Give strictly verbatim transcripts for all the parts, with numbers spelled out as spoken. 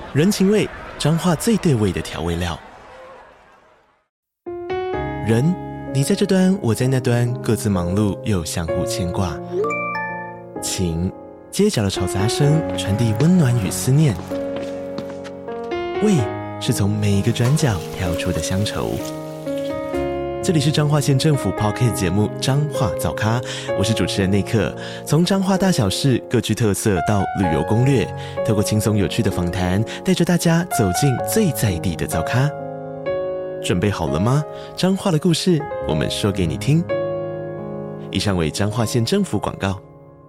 人情味，彰化最对味的调味料。人，你在这端，我在那端，各自忙碌又相互牵挂。情，街角的吵杂声传递温暖与思念。味，是从每一个转角跳出的乡愁。这里是彰化县政府 Podcast 节目《彰化早咖》，我是主持人内克。从彰化大小事各具特色到旅游攻略，透过轻松有趣的访谈，带着大家走进最在地的早咖。准备好了吗？彰化的故事，我们说给你听。以上为彰化县政府广告。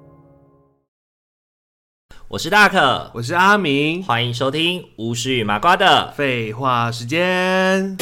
我是大可， 我是阿明， 欢迎收听巫师与麻瓜的废话时间。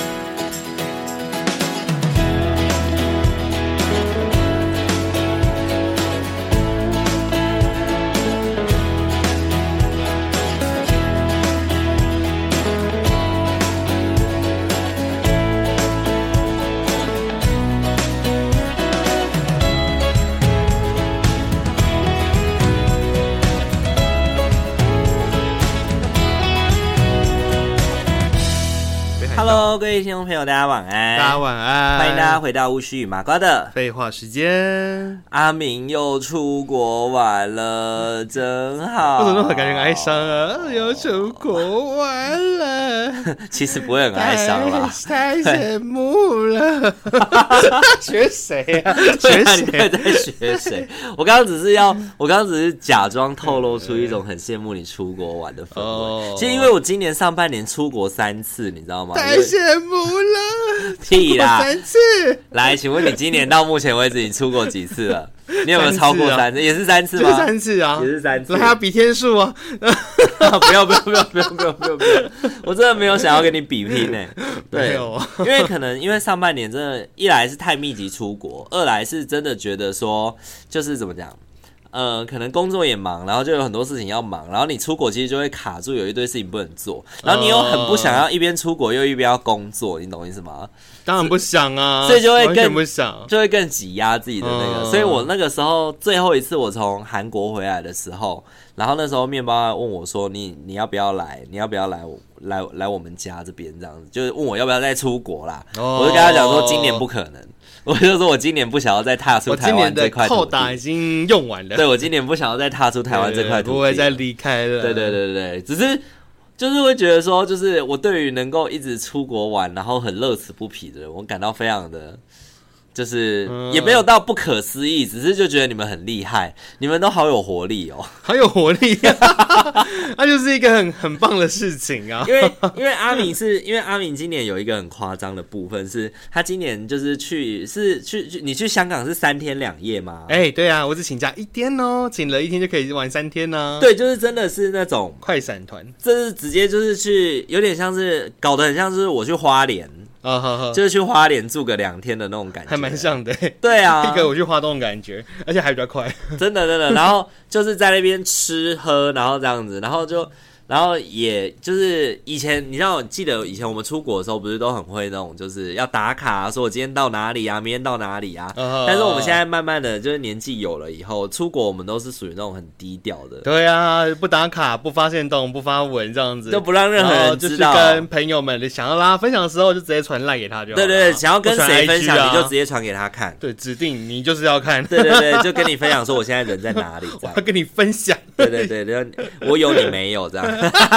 Hello， 各位听众朋友，大家晚安！ 大家晚安！ 欢迎大家回到巫师与麻瓜的废话时间。 阿明又出国玩了，真好。 我怎么那么感觉很哀伤啊？又出国玩了， 其实不会很哀伤啦， 太羡慕了。学谁啊？学谁？ 你在学谁？我刚刚只是要，我刚刚只是假装透露出一种很羡慕你出国玩的氛围。哦、其实因为我今年上半年出国三次，你知道吗？ 太羡慕了， 屁啦！ 三次。 来，请问你今年到目前为止你出国几次了？你有没有超过三次？啊、也是三次吗？ 三次啊， 也是三次。 还要比天数啊？ 不要不要不要不要不要不要不要！我真的没有想要跟你比拼呢、欸。对，因为可能因为上半年真的，一来是太密集出国，二来是真的觉得说，就是怎么讲。呃，可能工作也忙，然后就有很多事情要忙，然后你出国其实就会卡住，有一堆事情不能做，然后你又很不想要一边出国又一边要工作，你懂我意思吗？ 当然不想啊， 所以就会更不想， 就会更挤压自己的那个。嗯、所以我那个时候最后一次我从韩国回来的时候，然后那时候面包问我说：“你你要不要来？你要不要来来来我们家这边这样子？”就是问我要不要再出国啦。哦、我就跟他讲说，今年不可能。我就说我今年不想要再踏出台湾这块土地， 我今年的扣打已经用完了。 对，我今年不想要再踏出台湾这块土地， 不会再离开了。 对对对对，只是就是会觉得说，就是我对于能够一直出国玩，然后很乐此不疲的人，我感到非常的。就是也没有到不可思议，只是就觉得你们很厉害，你们都好有活力哦， 好有活力啊！那就是一个很很棒的事情啊。 因为因为阿明是因为阿明今年有一个很夸张的部分是，他今年就是去是去去你去香港是三天两夜吗？ 哎、欸，对啊，我只请假一天哦，请了一天就可以玩三天呢、啊。 对，就是真的是那种快闪团， 这是直接就是去，有点像是搞得很像是我去花莲。 啊呵呵， 就是去花莲住个两天的那种感觉， 还蛮像的。 对啊， 一个我去花东的感觉，而且还比较快， 真的真的。然后就是在那边吃喝，然后这样子，然后就。然后也就是以前，你知道，记得以前我们出国的时候，不是都很会那种，就是要打卡、啊，说我今天到哪里啊，明天到哪里啊。Uh, 但是我们现在慢慢的就是年纪有了以后，出国我们都是属于那种很低调的。 对啊，不打卡，不发限动，不发文这样子， 就不让任何人知道。 就是跟朋友们想要拉分享的时候，就直接传赖给他就好了。 对对对，想要跟谁分享，啊、你就直接传给他看。 对，指定你就是要看。 对对对，就跟你分享说我现在人在哪里， 我要跟你分享。 对对对，我有你没有这样。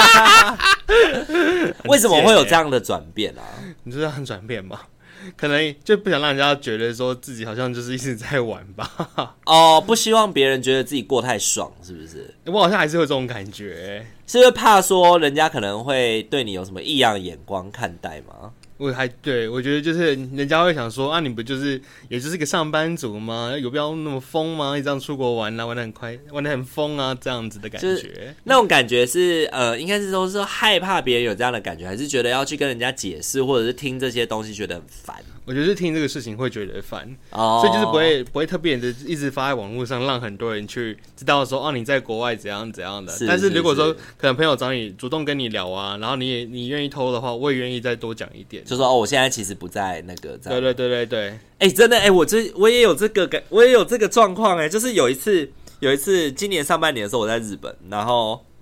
为什么会有这样的转变啊？ 你知道很转变吗？可能就不想让人家觉得说自己好像就是一直在玩吧。 哦，不希望别人觉得自己过太爽，是不是？ 我好像还是会有这种感觉， 是因为怕说人家可能会对你有什么异样眼光看待吗？ 我还对我觉得就是人家会想说啊，你不就是也就是个上班族吗？有必要那么疯吗？你这样出国玩啊，玩得很快，玩得很疯啊，这样子的感觉，就是、 那种感觉是呃，应该是说是害怕别人有这样的感觉，还是觉得要去跟人家解释，或者是听这些东西觉得很烦？ 我觉得是听这个事情会觉得烦，哦，所以就是不会不会特别的一直发在网络上，让很多人去知道说哦你在国外怎样怎样的。是但是如果说可能朋友找你主动跟你聊啊，然后你也你愿意偷的话，我也愿意再多讲一点， 就说哦我现在其实不在那个。 对对对对对。 哎、欸，真的哎、欸，我这我也有这个感，我也有这个状况哎，就是有一次有一次今年上半年的时候我在日本，然后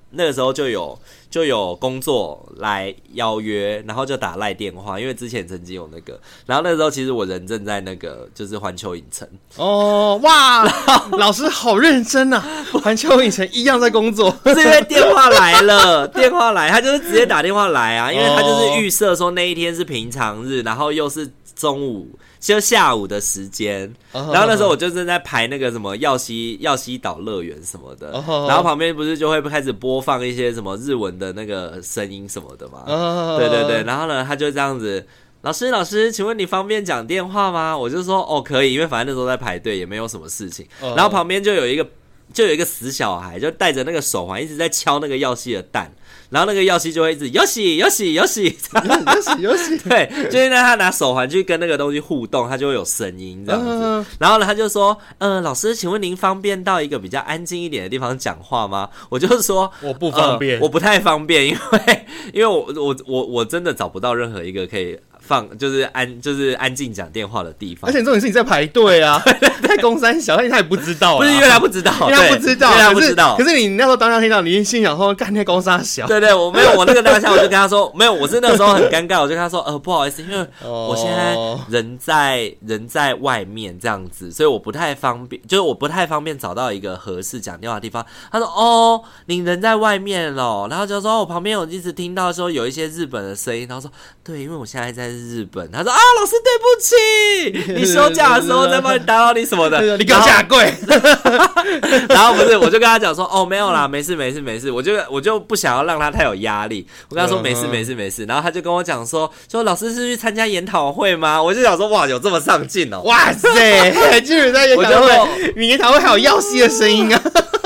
那个时候就有就有工作来邀约，然后就打赖电话，因为之前曾经有那个，然后那个时候其实我人正在那个就是环球影城哦，哇，老师好认真啊！环球影城一样在工作， 不是因为电话来了，电话来，他就是直接打电话来啊，因为他就是预设说那一天是平常日，然后又是中午。就下午的时间， oh, 然后那时候我就正在排那个什么耀西耀西岛乐园什么的， oh, 然后旁边不是就会开始播放一些什么日文的那个声音什么的嘛， oh, 对对对，然后呢他就这样子，老师老师，请问你方便讲电话吗？我就说哦可以，因为反正那时候在排队也没有什么事情， oh, 然后旁边就有一个就有一个死小孩，就带着那个手环一直在敲那个耀西的蛋。然后那个耀西就会一直游戏游戏游戏游戏游戏， 对，就是让他拿手环去跟那个东西互动，他就会有声音这样子。Uh, 然后呢，他就说：“呃，老师，请问您方便到一个比较安静一点的地方讲话吗？”我就说：“ 我不方便、 呃，我不太方便，因为因为我我我我真的找不到任何一个可以。”放就是安就是安静讲电话的地方， 而且重点是你在排队啊，在公三小，他也不知道、啊， 不是因为他不知道， 因为他不知道， 因为他不知道。 可是, 可是你那时候当下听到，你心想说，干那公三小， 对对，我没有，我那个当下我就跟他说，没有，我是那个时候很尴尬，我就跟他说，呃，不好意思，因为我现在人在人在外面这样子，所以我不太方便，就是我不太方便找到一个合适讲电话的地方。他说，哦，你人在外面咯，然后就说，我旁边有一直听到说有一些日本的声音，然后说，对，因为我现在在日本，他说。啊，老师对不起，你休假的时候再帮你打扰你什么的， 你给我下跪。 然后不是，我就跟他讲说，哦，没有啦，没事没事没事，我就我就不想要让他太有压力，我跟他说没事没事没事，然后他就跟我讲说，说老师是去参加研讨会吗？我就想说，哇，有这么上进哦， 哇塞，居然在研讨会，你研讨会还有耀西的声音啊。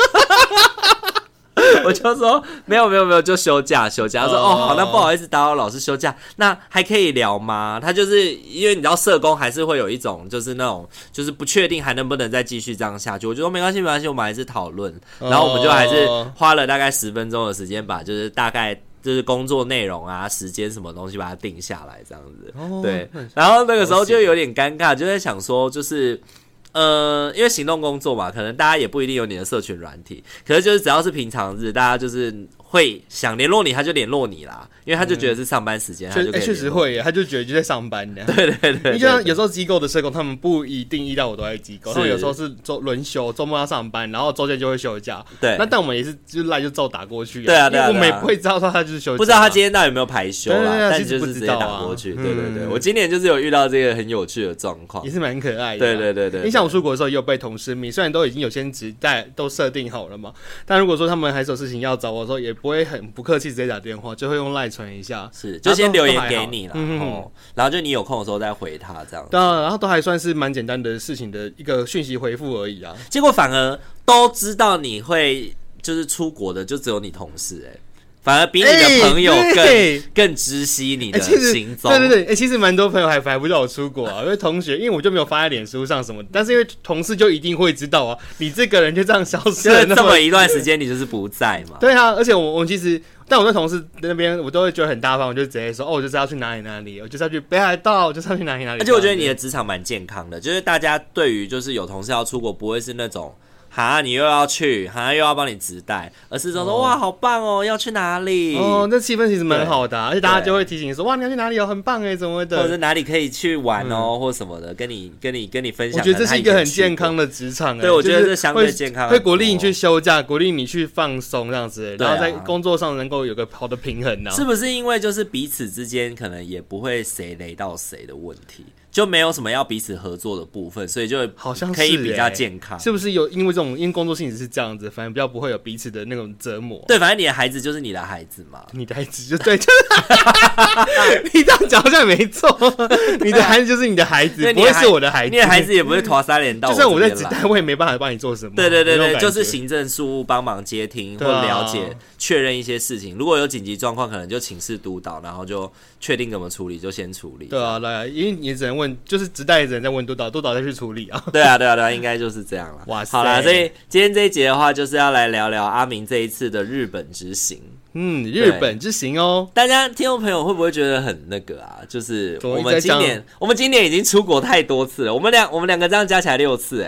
我就说没有没有没有，就休假休假。他说哦好，那不好意思打扰老师休假，那还可以聊吗？他就是因为你知道社工还是会有一种就是那种就是不确定还能不能再继续这样下去。我就说没关系没关系，我们还是讨论，然后我们就还是花了大概十分钟的时间把就是大概。就是工作内容啊、时间什么东西把它定下来这样子，哦、对。然后那个时候就有点尴尬，就在想说，就是呃，因为行动工作嘛，可能大家也不一定有你的社群软体，可是就是只要是平常日，大家就是会想联络你，他就联络你啦，因为他就觉得是上班时间，嗯、他就可以确、欸、实会耶，他就觉得就在上班的。 对对 对, 對， 你就像有时候机构的社工，他们不一定一到五都在机构，他们有时候是周轮休，周末要上班，然后周间就会休假。对，那但我们也是就赖就照打过去。 对啊对啊， 因为我们也不会知道说他就是休假， 不知道他今天到底有没有排休啦， 对对對， 但就是直接打过去。对对对，我今年就是有遇到这个很有趣的状况， 也是蛮可爱的。 对对对 对, 對， 你像我出国的时候，也有被同事密，虽然都已经有先职带都设定好了嘛，但如果说他们还是有事情要找我的时候，也不会很不客气直接打电话，就会用赖传一下， 是就先留言给你啦，嗯哦、然后就你有空的时候再回他这样子。 对啊，然后都还算是蛮简单的事情的一个讯息回复而已啊。 结果反而都知道你会就是出国的，就只有你同事哎、欸。反而比你的朋友更、欸、更知悉你的行踪、 欸，对对对，哎、欸，其实蛮多朋友还还不知道我出国啊，因为同学，因为我就没有发在脸书上什么，但是因为同事就一定会知道啊，你这个人就这样消失了， 这么一段时间你就是不在嘛。 对啊，而且我我其实，但我对同事那边我都会觉得很大方，我就直接说，哦，我就是要去哪里哪里，我就是要去北海道，我就是要去哪里哪里。 而且我觉得你的职场蛮健康的，就是大家对于就是有同事要出国，不会是那种。哈，你又要去，哈又要帮你直带，而是说说、哦、哇，好棒哦，要去哪里？ 哦，那气氛其实蛮好的、啊，而且大家就会提醒你说，哇，你要去哪里哦，很棒哎，怎么的？ 或者哪里可以去玩哦，嗯、或什么的，跟你跟你跟你分享。 我觉得这是一个很健康的职场， 对，我觉得这相对健康， 会鼓励你去休假，鼓励你去放松这样子，然后在工作上能够有个好的平衡呢、啊。 是不是因为就是彼此之间可能也不会谁雷到谁的问题？就没有什么要彼此合作的部分，所以就好像可以比较健康。 是不是有因为这种因为工作性质是这样子，反正比较不会有彼此的那种折磨？ 对，反正你的孩子就是你的孩子嘛， 你的孩子就对，你这样讲好像没错，你的孩子就是你的孩子，不会是我的孩子， 你的孩子也不会拖三连到我。 就算我在职单，我也没办法帮你做什么。 对对对对，就是行政事务帮忙接听或了解、确认一些事情。如果有紧急状况，可能就请示督导，然后就确定怎么处理，就先处理。 对啊，对啊，因为你只能问，就是职代。人在问督导，督导再去处理啊。 对啊，对啊，对啊，应该就是这样了。哇塞，好啦，所以今天这一节的话，就是要来聊聊阿明这一次的日本之行。 嗯，日本之行哦， 大家听众朋友会不会觉得很那个啊？就是我们今年，我们今年已经出国太多次了，我们两我们两个这样加起来六次、欸，哎。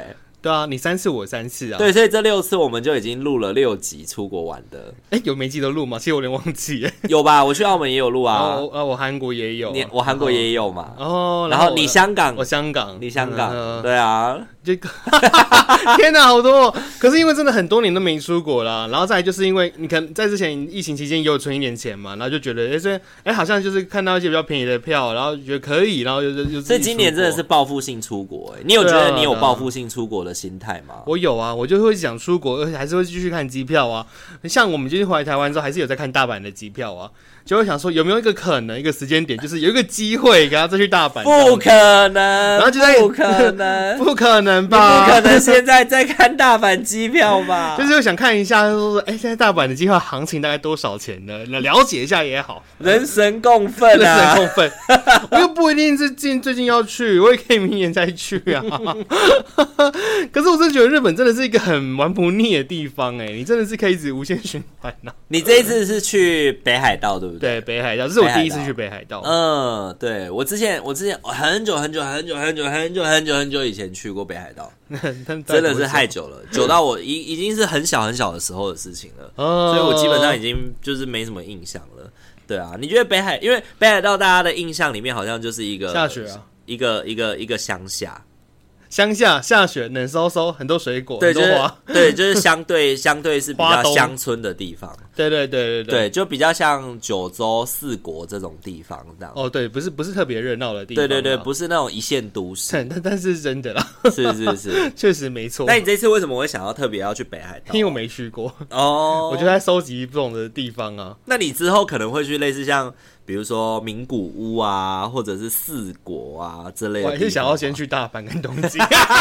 对啊，你三次我三次啊。 对，所以这六次我们就已经录了六集出国玩的。 哎、欸，有每集都录吗？其实我有点忘记耶。 有吧？我去澳门也有录啊。 哦，呃，我韩国也有。 你我韩国也有嘛？ 哦， 然后你香港， 我香港， 你香港， 嗯、 对啊。 这个天哪，好多、哦！可是因为真的很多年都没出国啦，然后再来就是因为你可能在之前疫情期间也有存一点钱嘛，然后就觉得哎，这、欸、哎、欸、好像就是看到一些比较便宜的票，然后觉得可以，然后就就就。 所以今年真的是报复性出国、欸，你有觉得你有报复性出国的心态吗？ 我有啊，我就会想出国，而且还是会继续看机票啊。像我们今天回来台湾之后，还是有在看大阪的机票啊。就会想说有没有一个可能，一个时间点，就是有一个机会给他再去大阪。 不可能，然后就在不可能， 不可能吧？ 不可能现在在看大阪机票吧？ 就是想看一下，说哎、欸，现在大阪的机票行情大概多少钱呢？那了解一下也好。 人神共愤啊！ 人神共愤。我又不一定是近最近要去，我也可以明年再去啊。可是我真的觉得日本真的是一个很玩不腻的地方哎、欸，你真的是可以一直无限循环啊。 你这一次是去北海道对不对？ 对，北海道，这是我第一次去北海道。 嗯，对，我之前我之前很久很久很久很久很久很久很久以前去过北海道，真的是太久了，久到我已已经是很小很小的时候的事情了，哦、所以我基本上已经就是没什么印象了。对啊，你觉得北海，因为北海道大家的印象里面好像就是一个下雪啊， 一个一个一个乡下。 乡下下雪，冷飕飕，很多水果， 对， 很多花， 就是、对，就是相对相对是比较乡村的地方。 对对对对对, 对，就比较像九州、四国这种地方这样。 哦，对，不是不是特别热闹的地方。 对对对，不是那种一线都市。 但但是真的啦， 是是是， 确实没错。 那你这次为什么会想要特别要去北海道？ 因为我没去过哦， 我就在收集不同的地方啊。 那你之后可能会去类似像。比如说名古屋啊，或者是四国啊之类的。 我还是想要先去大阪跟东京。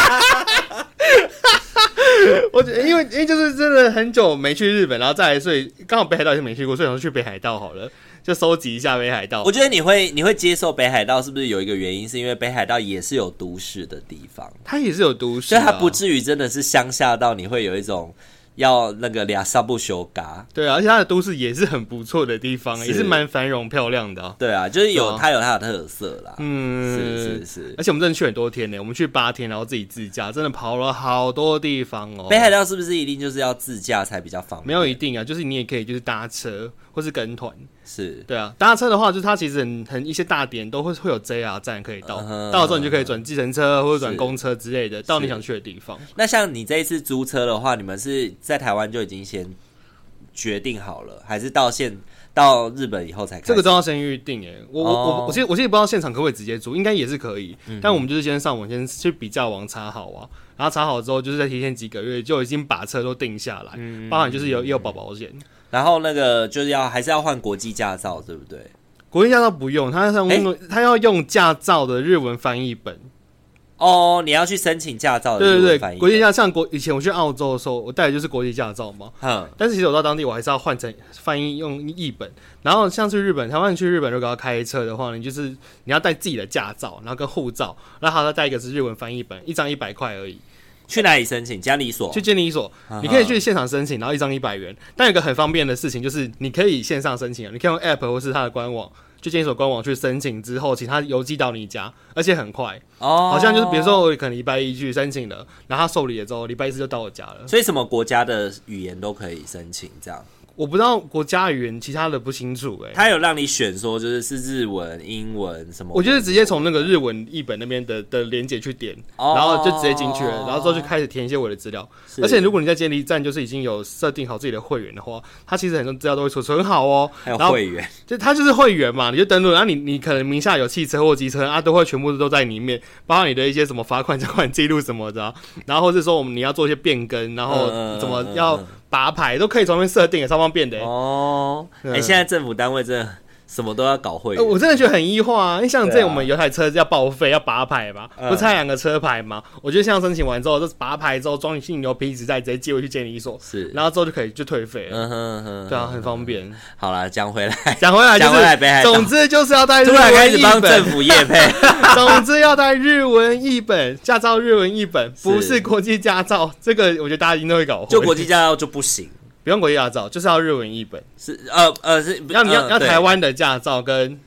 我觉得因为因为就是真的很久没去日本，然后再来，所以刚好北海道也是没去过，所以想说去北海道好了，就收集一下北海道。 我觉得你会你会接受北海道，是不是有一个原因，是因为北海道也是有都市的地方， 它也是有都市、啊， 所以它不至于真的是乡下到你会有一种。要那个俩沙不修嘎， 对啊，而且它的都市也是很不错的地方，也是蛮繁荣漂亮的、啊。 对啊，就是有、啊、它有它的特色啦。 嗯， 是是是。 而且我们真的去很多天呢，我们去八天，然后自己自驾，真的跑了好多地方哦。 北海道是不是一定就是要自驾才比较方便？ 没有一定啊，就是你也可以就是搭车或是跟团。 是， 对啊，搭车的话，就是它其实很很一些大点都会会有 J R 站可以到，嗯、到了之后你就可以转计程车或者转公车之类的，到你想去的地方。 那像你这一次租车的话，你们是在台湾就已经先决定好了，还是到现到日本以后才开始？ 这个都要先预定诶。我、哦、我我其实我其实不知道现场可不可以直接租，应该也是可以，嗯、但我们就是先上网先去比较网查好啊，然后查好之后，就是再提前几个月就已经把车都定下来，嗯、包含就是有也有保保险。 然后那个就是要还是要换国际驾照，对不对？ 国际驾照不用，他要用、欸、他要用驾照的日文翻译本。 哦，你要去申请驾照的日文翻译本。 对对对，国际驾照像国以前我去澳洲的时候，我带的就是国际驾照嘛。嗯。但是其实我到当地，我还是要换成翻译用译本。然后像去日本，台湾你去日本如果要开车的话，你就是你要带自己的驾照，然后跟护照，然后还要带一个是日文翻译本，一张一百块而已。 去哪里申请？监理所。 去监理所，你可以去现场申请，然后一张一百元。但有一个很方便的事情就是，你可以线上申请，你可以用 App 或是它的官网，去监理所官网去申请之后，请他邮寄到你家，而且很快。哦，好像就是比如说我可能礼拜一去申请了，然后他受理了之后，礼拜一就到我家了。 所以什么国家的语言都可以申请，这样。 我不知道国家语言，其他的不清楚哎、欸。 他有让你选说，就是是日文、英文什么？ 我就是直接从那个日文译本那边的的连结去点，哦、然后就直接进去了，然后之后就开始填一些我的资料。而且如果你在监理站就是已经有设定好自己的会员的话，他其实很多资料都会储存好哦。 还有会员， 就他就是会员嘛，你就登录，然后你你可能名下有汽车或机车啊，都会全部都在里面，包括你的一些什么罚款、缴款记录什么的、啊，然后或是说我们你要做一些变更，然后怎么要。拔牌都可以从那边设定，也超方便的、欸、 哦。哎、欸，现在政府单位真的什么都要搞会员、 呃，我真的觉得很异化啊！因为像这我们有台车要报废，要拔牌嘛，嗯、不差两个车牌嘛。我觉得像申请完之后，就拔牌之后装进牛皮纸袋，直接寄回去监理所，是，然后之后就可以就退费了。嗯哼哼，对啊，很方便。 好啦，讲回来， 讲回来，讲回来，北海道，总之就是要带日文译本，突然开始帮政府业配。 总之要带日文译本，驾照日文译本，不是国际驾照。这个我觉得大家一定都会搞混。 就国际驾照就不行。 不用国际驾照，就是要日文译本。 是呃呃是要你要、呃、要台湾的驾照跟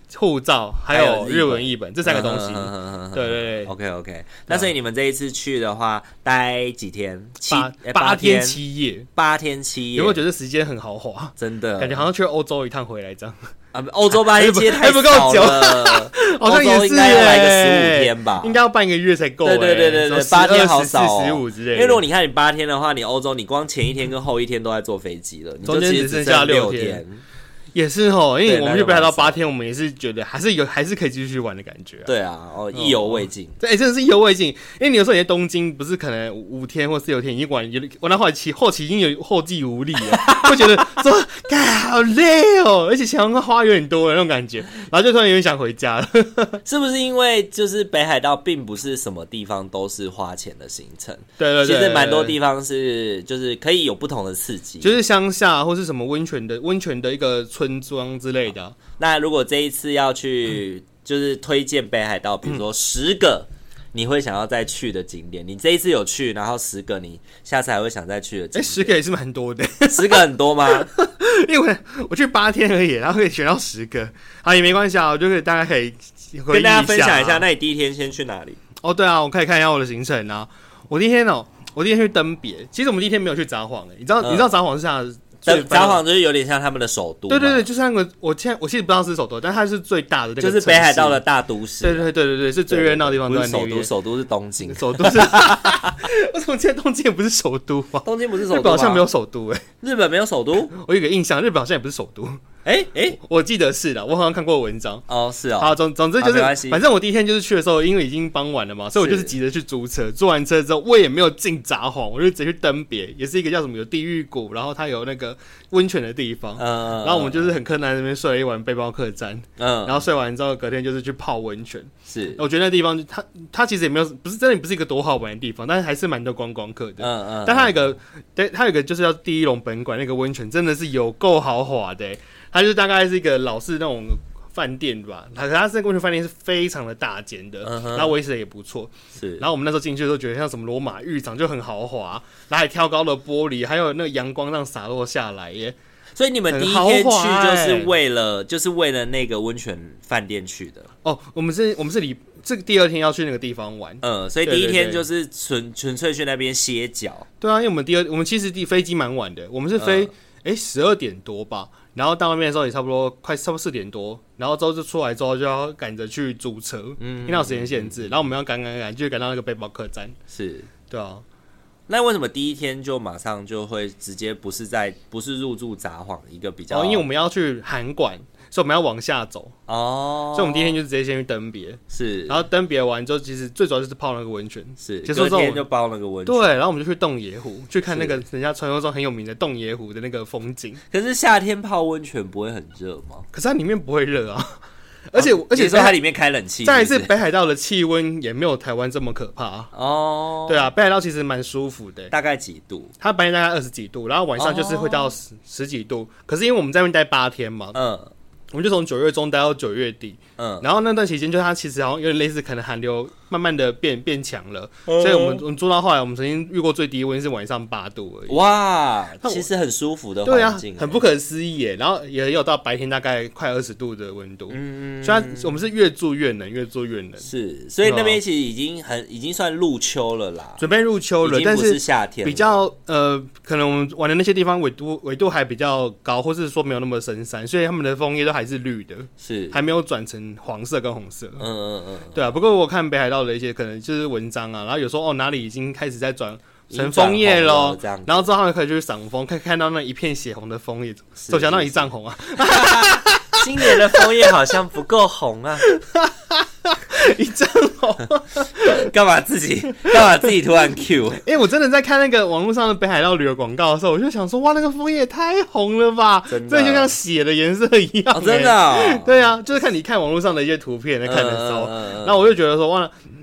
护照还有日文译本这三个东西。对对对 ，OK OK。那所以你们这一次去的话，待几天？七八八天七夜， 八天七夜。 有没有觉得时间很豪华？ 真的， 感觉好像去欧洲一趟回来这样。 啊，欧洲八天七夜太少了， 好像也是应该要来个十五天吧， 应该要半个月才够。 对对对对对，八天好少、哦， 十五之类的。 因为如果你看你八天的话，你欧洲你光前一天跟后一天都在坐飞机了，你就中间只剩下六天。也是哦，因为我们去北海道八天，我们也是觉得还是有，还是可以继续玩的感觉、啊。 对啊，哦，意犹未尽。 对、哦，真的是意犹未尽。因为你有时候你在东京，不是可能五天或四六天，已经玩，玩到后期后期已经有后继无力了，会觉得说，干好累哦，而且想要花有点多的那种感觉，然后就突然有点想回家了。 是不是因为就是北海道并不是什么地方都是花钱的行程？ 对对 对, 對， 其实蛮多地方是就是可以有不同的刺激， 就是乡下或是什么温泉的温泉的一个村庄之类的、啊。 那如果这一次要去，就是推荐北海道，比如说十个你会想要再去的景点，你这一次有去，然后十个你下次还会想再去的景点。 哎、欸，十个也是蛮多的， 十个很多吗？ 因为我去八天而已，然后可以选到十个，好也没关系啊，我就可以大家可以跟大家分享一下。那你第一天先去哪里？ 哦，对啊，我可以看一下我的行程啊。我第一天哦，我第一天去登别，其实我们第一天没有去札幌诶，你知道、嗯、你知道札幌是啥？ 札幌就是有点像他们的首都， 对对对，就是那个我现在我其实不知道是首都，但它是最大的那个， 就是北海道的大都市。 对对对对对，是最热闹的地方都在那边。 首都，首都是东京， 首都是。为什么现在东京也不是首都啊？ 东京不是首都吗？ 日本好像没有首都哎、欸。 日本没有首都？ 我有个印象，日本好像也不是首都。哎、欸、哎、欸，我记得是的，我好像看过文章。 哦，是哦。 好，总总之就是，啊、反正我第一天就是去的时候，因为已经傍晚了嘛，所以我就是急着去租车。租完车之后，我也没有进札幌，我就直接去登别，也是一个叫什么有地狱谷，然后它有那个温泉的地方。嗯。然后我们就是很柯南那边睡了一晚背包客栈。嗯。然后睡完之后，隔天就是去泡温泉。 是。 我觉得那地方它它其实也没有，不是真的不是一个多好玩的地方，但是还是蛮多观光客的。嗯嗯。但它有一个，对，它有一个就是叫第一龙本馆那个温泉，真的是有够豪华的、欸。它就大概是一个老式那种饭店吧，它它这个温泉饭店是非常的大间的， uh-huh. 然后维持的也不错。是，然后我们那时候进去的时候觉得像什么罗马浴场就很豪华，然后还挑高的玻璃，还有那个阳光这样洒落下来耶。 所以你们第一天去就是为了就是为了那个温泉饭店去的哦。我们是我们是里这个第二天要去那个地方玩， 嗯，所以第一天就是纯纯粹去那边歇脚。 对啊，因为我们第二我们其实第飞机蛮晚的，我们是飞哎十二点多吧。然后到那边的时候也差不多快差不多四点多，然后之后就出来之后就要赶着去租车，嗯，因为有时间限制，然后我们要赶赶赶，就赶到那个背包客栈。 是， 对啊。 那为什么第一天就马上就会直接不是在不是入住札幌一个比较？ 哦，因为我们要去函馆，所以我们要往下走哦，所以我们第一天就直接先去登别，是，然后登别完之后，其实最主要就是泡那个温泉， 是，隔天就泡那个温泉， 对，然后我们就去洞爷湖，去看那个人家传说中很有名的洞爷湖的那个风景。 可是夏天泡温泉不会很热吗？ 可是它里面不会热啊。而且、哦、而且说它里面开冷气， 再一次北海道的气温也没有台湾这么可怕哦。对啊，北海道其实蛮舒服的， 大概几度？ 它白天大概二十几度，然后晚上就是会到十、哦、十几度。可是因为我们在那边待八天嘛，嗯，我们就从九月中待到九月底，嗯，然后那段期间就它其实好像有点类似，可能寒流慢慢的变变强了，嗯、所以我们我们做到后来，我们曾经遇过最低温是晚上八度而已。 哇，其实很舒服的环境， 对啊，很不可思议耶。然后也有到白天大概快二十度的温度，嗯，所以它我们是越住越冷，越住越冷。 是，所以那边其实已经很已经算入秋了啦， 准备入秋了， 已经不是夏天了， 但是比较呃，可能我们玩的那些地方纬度纬度还比较高，或是说没有那么深山，所以他们的枫叶都还是绿的，是还没有转成黄色跟红色。嗯嗯嗯，对啊。不过我看北海道的一些可能就是文章啊，然后有说哦哪里已经开始在转成枫叶咯，然后之后他们可以去赏枫，可以看到那一片血红的枫叶，走想到一丈红啊。 今年的枫叶好像不够红啊。 一丈红， 干嘛自己干嘛自己突然 Q？ 因为我真的在看那个网络上的北海道旅游广告的时候，我就想说，哇，那个枫叶也太红了吧，真的，就像血的颜色一样、欸哦，真的、哦， 对啊，就是看你看网络上的一些图片在看的时候，嗯嗯嗯、然后我就觉得说，哇，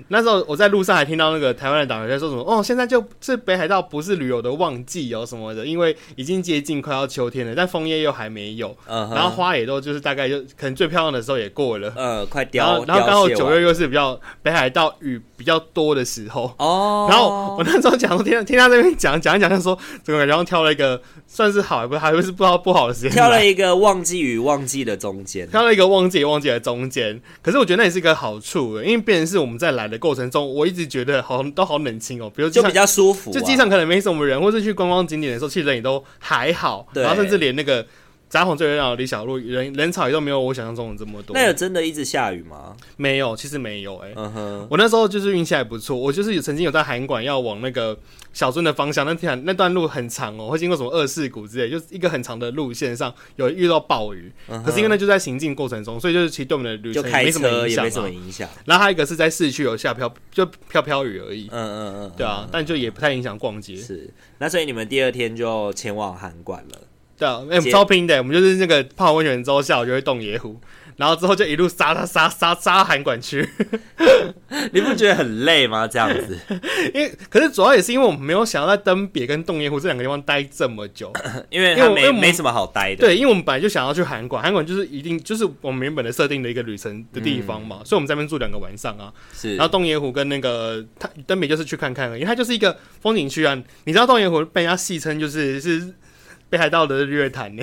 那时候我在路上还听到那个台湾的导游在说什么哦，现在就是北海道不是旅游的旺季哦什么的，因为已经接近快要秋天了，但枫叶又还没有，嗯、然后花也都就是大概就可能最漂亮的时候也过了， 呃，快凋， 然后刚好九月又是比较北海道雨比较多的时候哦，然后我那时候讲说听听他这边讲讲一讲，就说整个然后挑了一个算是好，还不还是不知道不好的时间， 挑了一个旺季与旺季的中间， 挑了一个旺季与旺季的中间，可是我觉得那也是一个好处，因为变成是我们在来的过程中，我一直觉得好都好冷清哦，比如就比较舒服、啊， 就机场可能没什么人，或是去观光景点的时候，其实人也都还好，然后甚至连那个札幌最热闹的李小璐人人潮也都没有我想象中的这么多。 那有真的一直下雨吗？ 没有，其实没有哎、欸。嗯哼， 我那时候就是运气还不错，我就是有曾经有在函馆要往那个小樽的方向，那条那段路很长哦，会经过什么二世谷之类，就是一个很长的路线上有遇到暴雨，嗯、可是因为那就在行进过程中，所以就是其实对我们的旅程也没什么影响、啊， 也没什么影响。 然后还有一个是在市区有下飘，就飘飘雨而已。 嗯嗯嗯， 对啊，但就也不太影响逛街。 是，那所以你们第二天就前往函馆了。 对啊，哎、欸，超拼的，我们就是那个泡温泉之后下午就会洞爷湖，然后之后就一路杀杀杀杀杀函馆去。 你不觉得很累吗？这样子， 因为可是主要也是因为我们没有想要在登别跟洞爷湖这两个地方待这么久， 因为它没没什么好待的。 对，因为我们本来就想要去函馆，函馆就是一定就是我们原本的设定的一个旅程的地方嘛，嗯、所以我们在那边住两个晚上啊。 是， 然后洞爷湖跟那个它登别就是去看看而已，它就是一个风景区啊。你知道洞爷湖被人家戏称就是是。北海道的日月潭呢，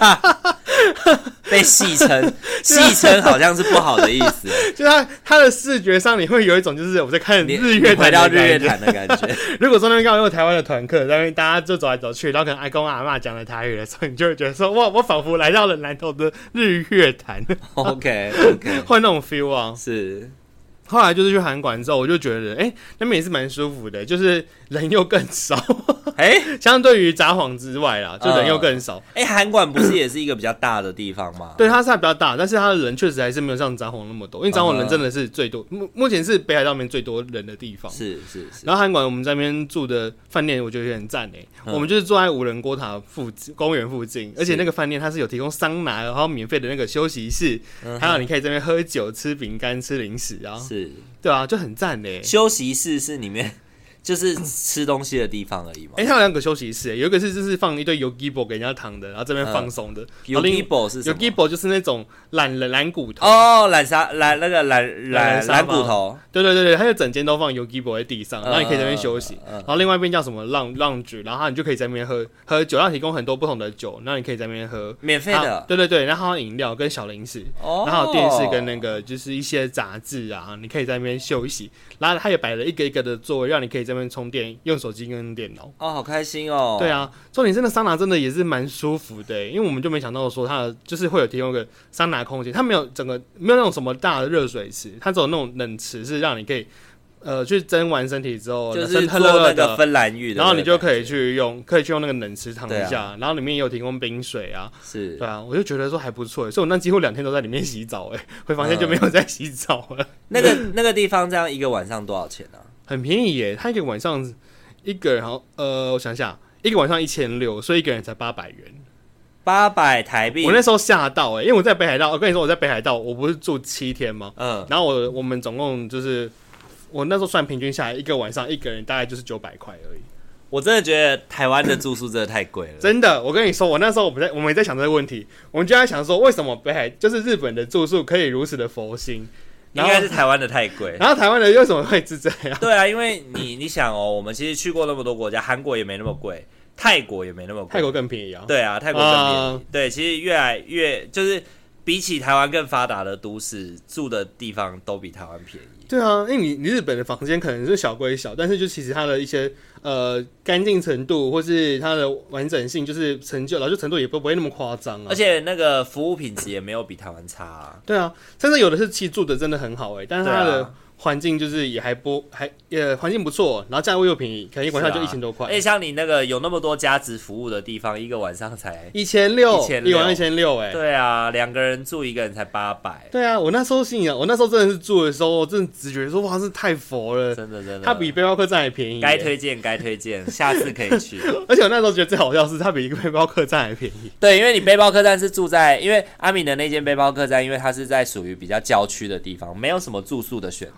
被戏称，戏称好像是不好的意思。 就它它的视觉上，你会有一种就是我在看日月潭到日月潭的感觉。 如果说那边刚好有台湾的团客，在那边大家就走来走去，然后可能阿公阿嬷讲的台语的时候，你就会觉得说哇，我仿佛来到了南投的日月潭。 OK OK， 会那种 feel 啊， 是。 后来就是去函馆之后，我就觉得，哎、欸，那边也是蛮舒服的，就是人又更少，哎、欸，相对于札幌之外啦，就人又更少。 哎、呃，函、欸、馆不是也是一个比较大的地方吗？ 对，它是还比较大，但是它的人确实还是没有像札幌那么多，因为札幌人真的是最多，目、呃、目前是北海道里面最多人的地方。 是是是。然后函馆我们在那边住的饭店，我觉得也很赞诶、欸，嗯、我们就是住在五人锅塔附近公园附近，而且那个饭店它是有提供桑拿，然后免费的那个休息室，嗯、还有你可以在那边喝酒、吃饼干、吃零食啊。 是。 对啊，就很赞嘞。 休息室是里面就是吃东西的地方而已嘛。 哎、欸，它有两个休息室，有一个是就是放一堆 Yogibo 给人家躺的，然后这边放松的。 Yogibo 是什么 ？Yogibo 就是那种懒人懒骨头哦，懒沙懒那个懒懒懒骨头。 对对对对，它就整间都放 Yogibo 在地上，然后你可以在那边休息。嗯嗯、然后另外一边叫什么 lounge， 然后你就可以在那边喝喝酒，它提供很多不同的酒，然后你可以在那边喝免费的。 对对对，然后还有饮料跟小零食，哦、然后还有电视跟那个就是一些杂志啊，你可以在那边休息。然后它也摆了一个一个的座位，让你可以在那边充电，用手机跟电脑。 哦，好开心哦！ 对啊，重点真的桑拿真的也是蛮舒服的，因为我们就没想到说它的就是会有提供一个桑拿空间，它没有整个没有那种什么大的热水池，它只有那种冷池，是让你可以呃去蒸完身体之后， 就是做那个芬兰浴的， 然后你就可以去用，可以去用那个冷池躺一下，啊、然后里面也有提供冰水啊， 是， 对啊，我就觉得说还不错，所以我那几乎两天都在里面洗澡，哎，回房间就没有再洗澡了。嗯、 那个那个地方这样一个晚上多少钱啊？ 很便宜耶，他一个晚上一个人好，呃，我想想，一个晚上一千六，所以一个人才八百元， 八百台币。 我那时候吓到哎，因为我在北海道，我跟你说我在北海道，我不是住七天吗？嗯，然后我我们总共就是我那时候算平均下来，一个晚上一个人大概就是九百块而已。 我真的觉得台湾的住宿真的太贵了， 真的。我跟你说，我那时候我们在我们也在想这个问题，我们就在想说，为什么北海就是日本的住宿可以如此的佛心？ 应该是台湾的太贵， 然后台湾的为什么会是这样？ 对啊，因为你你想哦，我们其实去过那么多国家，韩国也没那么贵，泰国也没那么贵， 泰国更便宜啊。 对啊，泰国更便宜。呃、对，其实越来越就是比起台湾更发达的都市，住的地方都比台湾便宜。 对啊，因为你你日本的房间可能是小归小，但是就其实它的一些呃干净程度或是它的完整性，就是成就，然后就程度也不不会那么夸张啊。 而且那个服务品质也没有比台湾差啊。 对啊，甚至有的是其实住的真的很好哎、欸，但是它的环境就是也还不还也环境不错，然后价位又便宜，可能一晚上就一千多块。 而且像你那个有那么多加值服务的地方，一个晚上才一千六，一晚上一千六哎。 对啊，两个人住一个人才八百。 对啊，我那时候心想，我那时候真的是住的时候，我真的只觉得说哇，是太佛了， 真的真的， 它比背包客栈还便宜。 该推荐该推荐，下次可以去。 而且我那时候觉得最好笑的是，它比一个背包客栈还便宜。 对，因为你背包客栈是住在，因为阿敏的那间背包客栈，因为它是在属于比较郊区的地方，没有什么住宿的选择。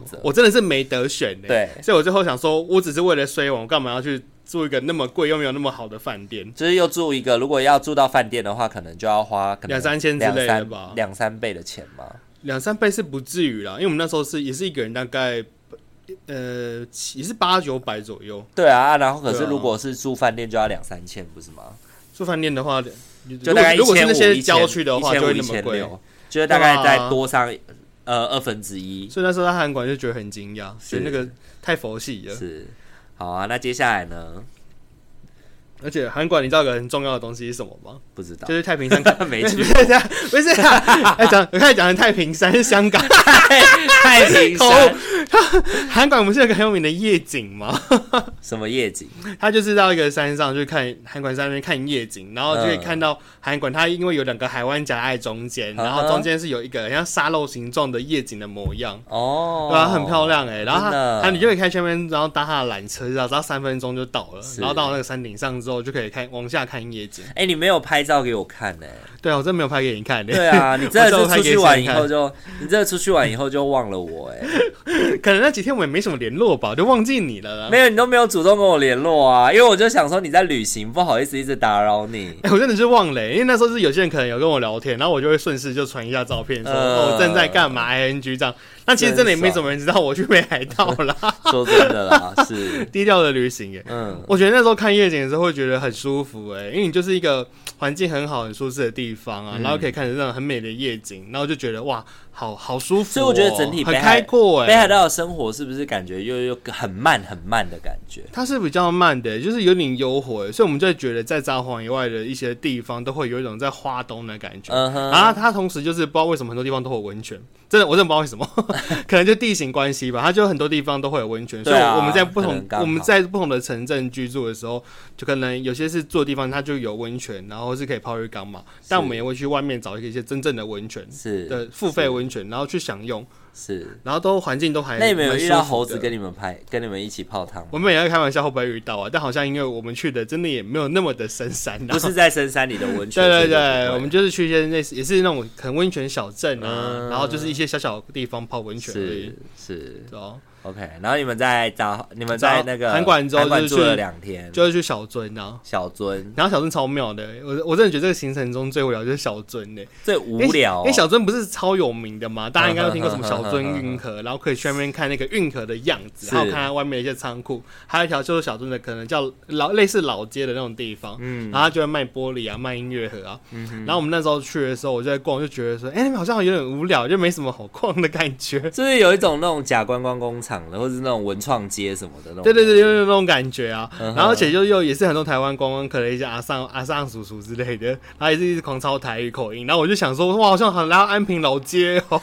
择。 我真的是没得选、欸、 对， 所以我最后想说，我只是为了衰亡，我干嘛要去住一个那么贵又没有那么好的饭店？ 就是又住一个，如果要住到饭店的话，可能就要花可能两三千之类的吧， 两三倍的钱嘛。 两三倍是不至于啦，因为我们那时候是也是一个人大概。呃，也是八九百左右。 对啊，然后可是如果是住饭店就要两三千，不是吗？ 住饭店的话， 就大概如果是那些郊区的话，就会那么贵， 就是大概再多上呃二分之一。 所以那时候在韩馆就觉得很惊讶，觉得那个太佛系了。 是，好啊，那接下来呢？ 而且韩馆你知道有个很重要的东西是什么吗？ 不知道， 就是太平山看没去， 不是啊，讲我开始讲的太平山是香港太平山， 韩馆不是有个很有名的夜景吗？ 什么夜景？ 他就是到一个山上去看韩馆山那边看夜景，然后就可以看到韩馆，它因为有两个海湾夹在中间，然后中间是有一个像沙漏形状的夜景的模样哦，对啊，很漂亮哎、欸。然后它，它你就可以开前面，然后搭它的缆车，然后只要三分钟就到了，然后到那个山顶上之后就可以看往下看夜景。 哎、欸，你没有拍照给我看哎、欸？ 对啊，我真的没有拍给你看、欸。 对啊，你真的是出去玩以后就，你真的出去玩以后就忘了我哎、 欸。可能那几天我也没什么联络吧，就忘记你了啦。 没有，你都没有主动跟我联络啊，因为我就想说你在旅行，不好意思一直打扰你。 哎、欸，我真的是忘了、欸，因为那时候是有些人可能有跟我聊天，然后我就会顺势就传一下照片，说、呃、我正在干嘛 I N G 这样。那其实真的也没什么人知道我去北海道啦。 说真的啦，是低调的旅行耶。嗯，我觉得那时候看夜景的时候会觉得很舒服哎，因为你就是一个环境很好、很舒适的地方啊，嗯、然后可以看着那种很美的夜景，然后就觉得哇，好好舒服、哦。 所以我觉得整体很开阔哎。 北海道的生活是不是感觉又又很慢很慢的感觉？ 它是比较慢的，就是有点悠活，所以我们就觉得在札幌以外的一些地方都会有一种在花东的感觉。嗯哼。然后它同时就是不知道为什么很多地方都会有温泉，真的我真的不知道为什么，可能就地形关系吧，它就很多地方都会有温泉，所以我们在不同我们在不同的城镇居住的时候，就可能有些是住的地方它就有温泉，然后是可以泡浴缸嘛，但我们也会去外面找一些真正的温泉，是的付费温泉，然后去享用。是，然后都环境都还。 那你们有遇到猴子跟你们拍，跟你们一起泡汤吗？ 我们也在开玩笑会不会遇到啊？但好像因为我们去的真的也没有那么的深山、啊， 不是在深山里的温泉。 对对对，我们就是去一些类似也是那种可能温泉小镇啊、嗯，然后就是一些小小地方泡温泉而已。 是是， 哦。 OK， 然后你们在找你们在那个韩馆之后就是住了两天， 就是去小樽啊， 小樽， 然后小樽超妙的，我我真的觉得这个行程中最无聊就是小樽的， 最无聊、哦， 因为小樽不是超有名的嘛，大家应该都听过什么小樽运河，然后可以去那边看那个运河的样子，还有看它外面的一些仓库，还有一条就是小樽的可能叫老类似老街的那种地方，嗯，然后它就会卖玻璃啊，卖音乐盒啊，嗯，然后我们那时候去的时候，我就在逛，就觉得说，哎、欸，好像有点无聊，就没什么好逛的感觉， 就是有一种那种假观光工厂的，或是那种文创街什么的那种， 对对对，有那种感觉啊。嗯、然后而且就又也是很多台湾观光客的一些阿桑阿桑叔叔之类的，然后也是一直狂抄台语口音。然后我就想说，哇，好像很来到安平老街哦。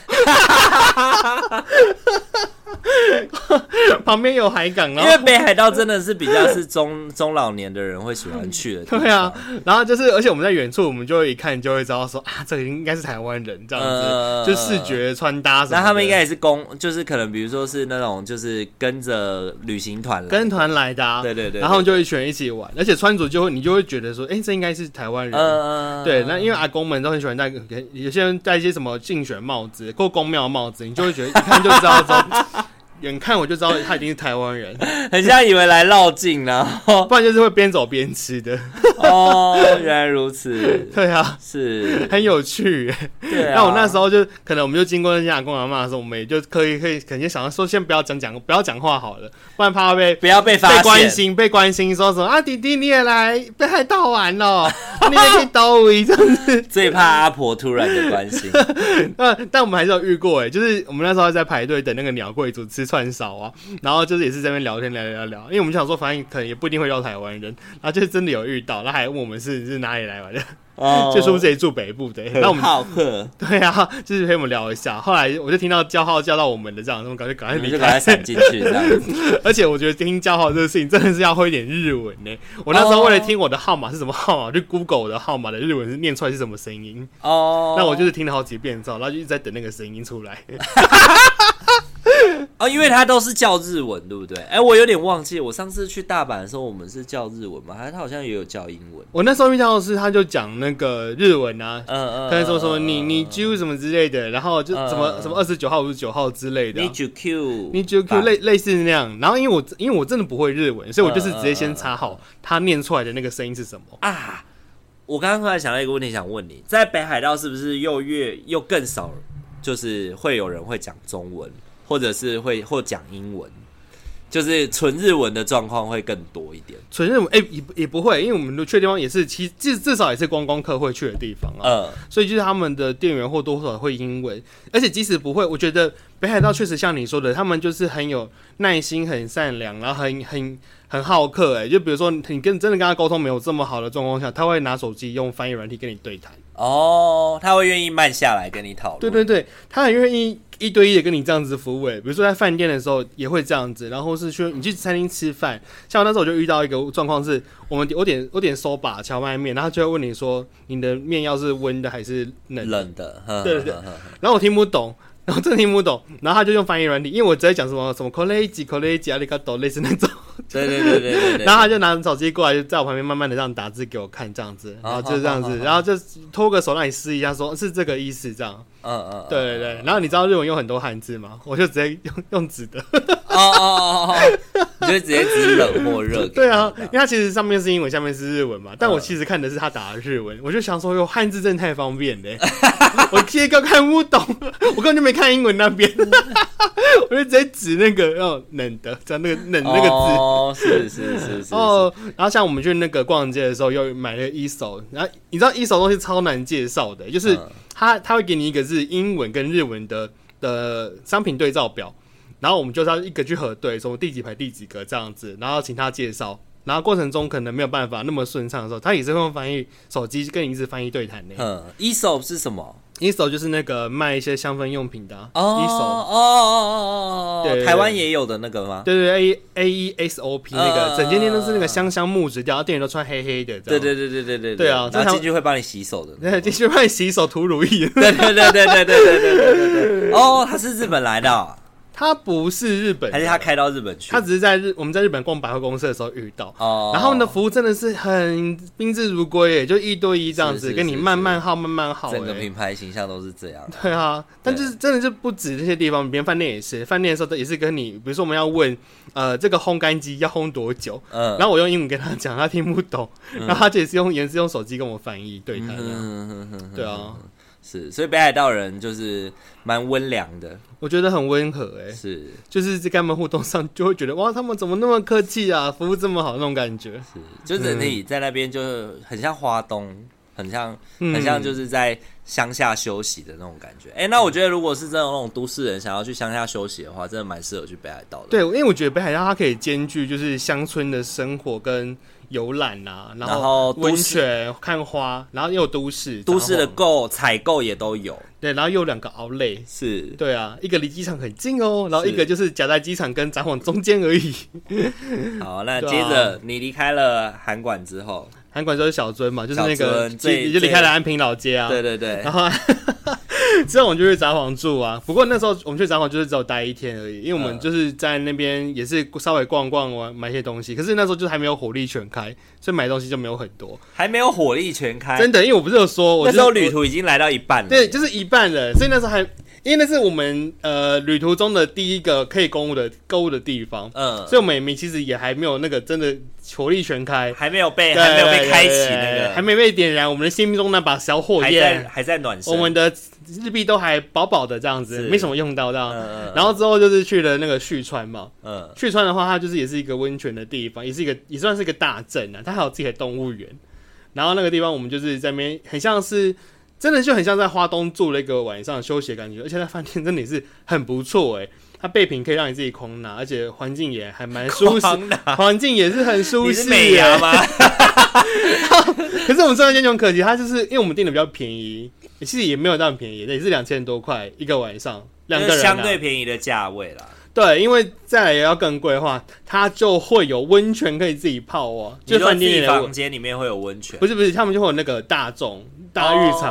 旁边有海港，然后因为北海道真的是比较是中中老年的人会喜欢去的地方。 对啊，然后就是而且我们在远处，我们就会一看就会知道说啊，这个应该是台湾人这样子，呃、就视觉穿搭什么的。 那他们应该也是公，就是可能比如说是那种就是跟着旅行团来， 跟团来的、啊， 对对 对, 对， 然后就一群人一起玩，而且穿着就会你就会觉得说，哎、欸，这应该是台湾人。呃、对，那因为阿公们都很喜欢戴，有些人戴一些什么竞选帽子或公庙帽子，你就会觉得一看就知道说。远看我就知道他一定是台湾人， 很像以为来绕境，然后不然就是会边走边吃的。 哦，原来如此。 对啊， 是很有趣。对啊，那我那时候就可能我们就经过那些阿公阿嬷的时候，我们也就可以可以肯定想要说，先不要讲讲，不要讲话好了，不然怕被不要被发现、 被关心、被关心，说什么啊弟弟你也来北海道玩了，你也可以到位这样子。 最怕阿婆突然的关心。 但但我们还是有遇过哎，就是我们那时候在排队等那个鸟贵族吃串烧啊，然后就是也是在那边聊天聊聊聊，因为我们想说反正可能也不一定会到台湾人，然后就是真的有遇到，然后还问我们是是哪里来玩的，哦，就说自己住北部的， 那我们好客， 对啊，就是陪我们聊一下。后来我就听到叫号叫到我们的这样，我们赶快赶快离开， 就赶快闪进去这样子。 而且我觉得听叫号这个事情真的是要会一点日文呢。我那时候为了听我的号码是什么号码，就 Google 我的号码的日文是念出来是什么声音哦。那我就是听了好几遍之后，然后就一直在等那个声音出来。 哦，因为它都是叫日文，对不对？哎、欸，我有点忘记，我上次去大阪的时候，我们是叫日文嘛，还是他好像也有叫英文？ 我那时候遇到的是，他就讲那个日文啊，嗯嗯，可能说什么你你 Q 什么之类的，然后就什么、嗯、什么二十九号、五十九号之类的、啊， 你 Q 你 Q 类类似那样。然后因为我因为我真的不会日文，所以我就是直接先查好他念出来的那个声音是什么啊。我刚刚突然想到一个问题想问你，在北海道是不是又越又更少，就是会有人会讲中文？或者是会或讲英文，就是纯日文的状况会更多一点。 纯日文哎、欸、也也不会，因为我们去的地方也是其至至少也是观光客会去的地方啊，嗯，所以就是他们的店员或多或少会英文，而且即使不会，我觉得北海道确实像你说的，他们就是很有耐心、很善良，然后很很很好客、欸。哎，就比如说你跟真的跟他沟通没有这么好的状况下，他会拿手机用翻译软体跟你对谈。 哦，他会愿意慢下来跟你讨论。 对对对，他很愿意一对一的跟你这样子服务。哎，比如说在饭店的时候也会这样子，然后是去你去餐厅吃饭，像我那时候我就遇到一个状况是，我们我点我点soba荞麦面，然后他就会问你说你的面要是温的还是冷的？ 冷的，呵呵呵对对对。然后我听不懂。然后真的听不懂，然后他就用翻译软体，因为我直接讲什么什么 college college 阿里嘎多类似那种， 对对对对 对, 對。 然后他就拿手机过来，就在我旁边慢慢的这样打字给我看，这样子，然后就这样子，然后就拖个手让你试一下说，说是这个意思这样。嗯嗯，对对对。然后你知道日文有很多汉字吗？我就直接用用指的。哦哦哦哦，你就直接指冷或热。 对啊，因为它其实上面是英文，下面是日文嘛，但我其实看的是他打的日文，我就想说，哟，汉字真的太方便了，我贴个看不懂，我根本就没看英文那边，我就直接指那个哦冷的，讲那个冷那个字。 哦，是是是是。 哦，然后像我们去那个逛街的时候，又买了一手，然后你知道一手东西超难介绍的，就是他他会给你一个是英文跟日文的的商品对照表。然后我们就是要一个去核对，什么第几排第几个这样子，然后请他介绍。然后过程中可能没有办法那么顺畅的时候，他也是会用翻译手机跟你一直翻译对谈的。 嗯 ，Eso 是什么 ？Eso 就是那个卖一些香氛用品的、啊。 哦哦哦哦哦，台湾也有的那个吗？ 对对 ，A A E S O P 那个，整间店都是那个香香木质调，店员都穿黑黑的。 对对对对对对对啊， 然后进去会帮你洗手的。 对，进去帮你洗手涂乳液。 对对对对对对对对对对。哦，他是日本来的、哦。 他不是日本， 还是他开到日本去？ 他只是在日我们在日本逛百货公司的时候遇到。哦，然后呢，服务真的是很宾至如归耶，就一对一这样子，跟你慢慢耗慢慢耗。 整个品牌形象都是这样。 对啊，但就是真的就不止这些地方，别人饭店也是，饭店的时候也是跟你，比如说我们要问，呃，这个烘干机要烘多久？嗯，然后我用英文跟他讲，他听不懂，嗯、然后他也是用也是用手机跟我翻译对他的。嗯嗯对啊。 是，所以北海道人就是蛮温良的， 我觉得很温和哎、欸， 是， 就是在跟他们互动上就会觉得哇，他们怎么那么客气啊，服务这么好那种感觉， 是，就整体在那边就很像花东，很像很像就是在乡下休息的那种感觉。哎、欸，那我觉得如果是真的那种都市人想要去乡下休息的话，真的蛮适合去北海道的。 对，因为我觉得北海道它可以兼具就是乡村的生活跟游览啊，然后温泉、看花，然后又有都市， 都市的购采购也都有。 对，然后又有两个outlet， 是， 对啊，一个离机场很近哦，然后一个就是夹在机场跟札幌中间而已。 好，那接着你离开了函馆之后， 函馆就是小樽嘛，就是那个你就离开了安平老街啊。 对对对， 然后之后我们就去札幌住啊。不过那时候我们去札幌就是只有待一天而已，因为我们就是在那边也是稍微逛逛玩买一些东西。可是那时候就还没有火力全开，所以买东西就没有很多。 还没有火力全开， 真的，因为我不是有说，我那时候旅途已经来到一半了。 对，就是一半了，所以那时候还。因为那是我们呃旅途中的第一个可以购物的购物的地方，嗯，所以我们也其实也还没有那个真的火力全开， 还没有被还没有被开启那个， 还没被点燃，我们的心中那把小火焰还在还在暖身， 我们的日币都还饱饱的这样子，没什么用到这样。嗯、然后之后就是去了那个旭川嘛，嗯，旭川的话，它就是也是一个温泉的地方，也是一个也算是一个大镇啊，它还有自己的动物园。然后那个地方我们就是在那边很像是。真的就很像在花东住了一个晚上休息的感觉，而且那饭店真的也是很不错哎、欸，它备品可以让你自己空拿，而且环境也还蛮舒适，环境也是很舒适、欸。你是美牙吗？可是我们这间就很可惜，它就是因为我们订的比较便宜，其实也没有那么便宜，也是两千多块一个晚上，两个人、啊、 相对便宜的价位啦。 对，因为再来也要更贵的话，它就会有温泉可以自己泡哦。 就饭店的房间里面会有温泉？ 不是不是，他们就会有那个大众大浴场，哦、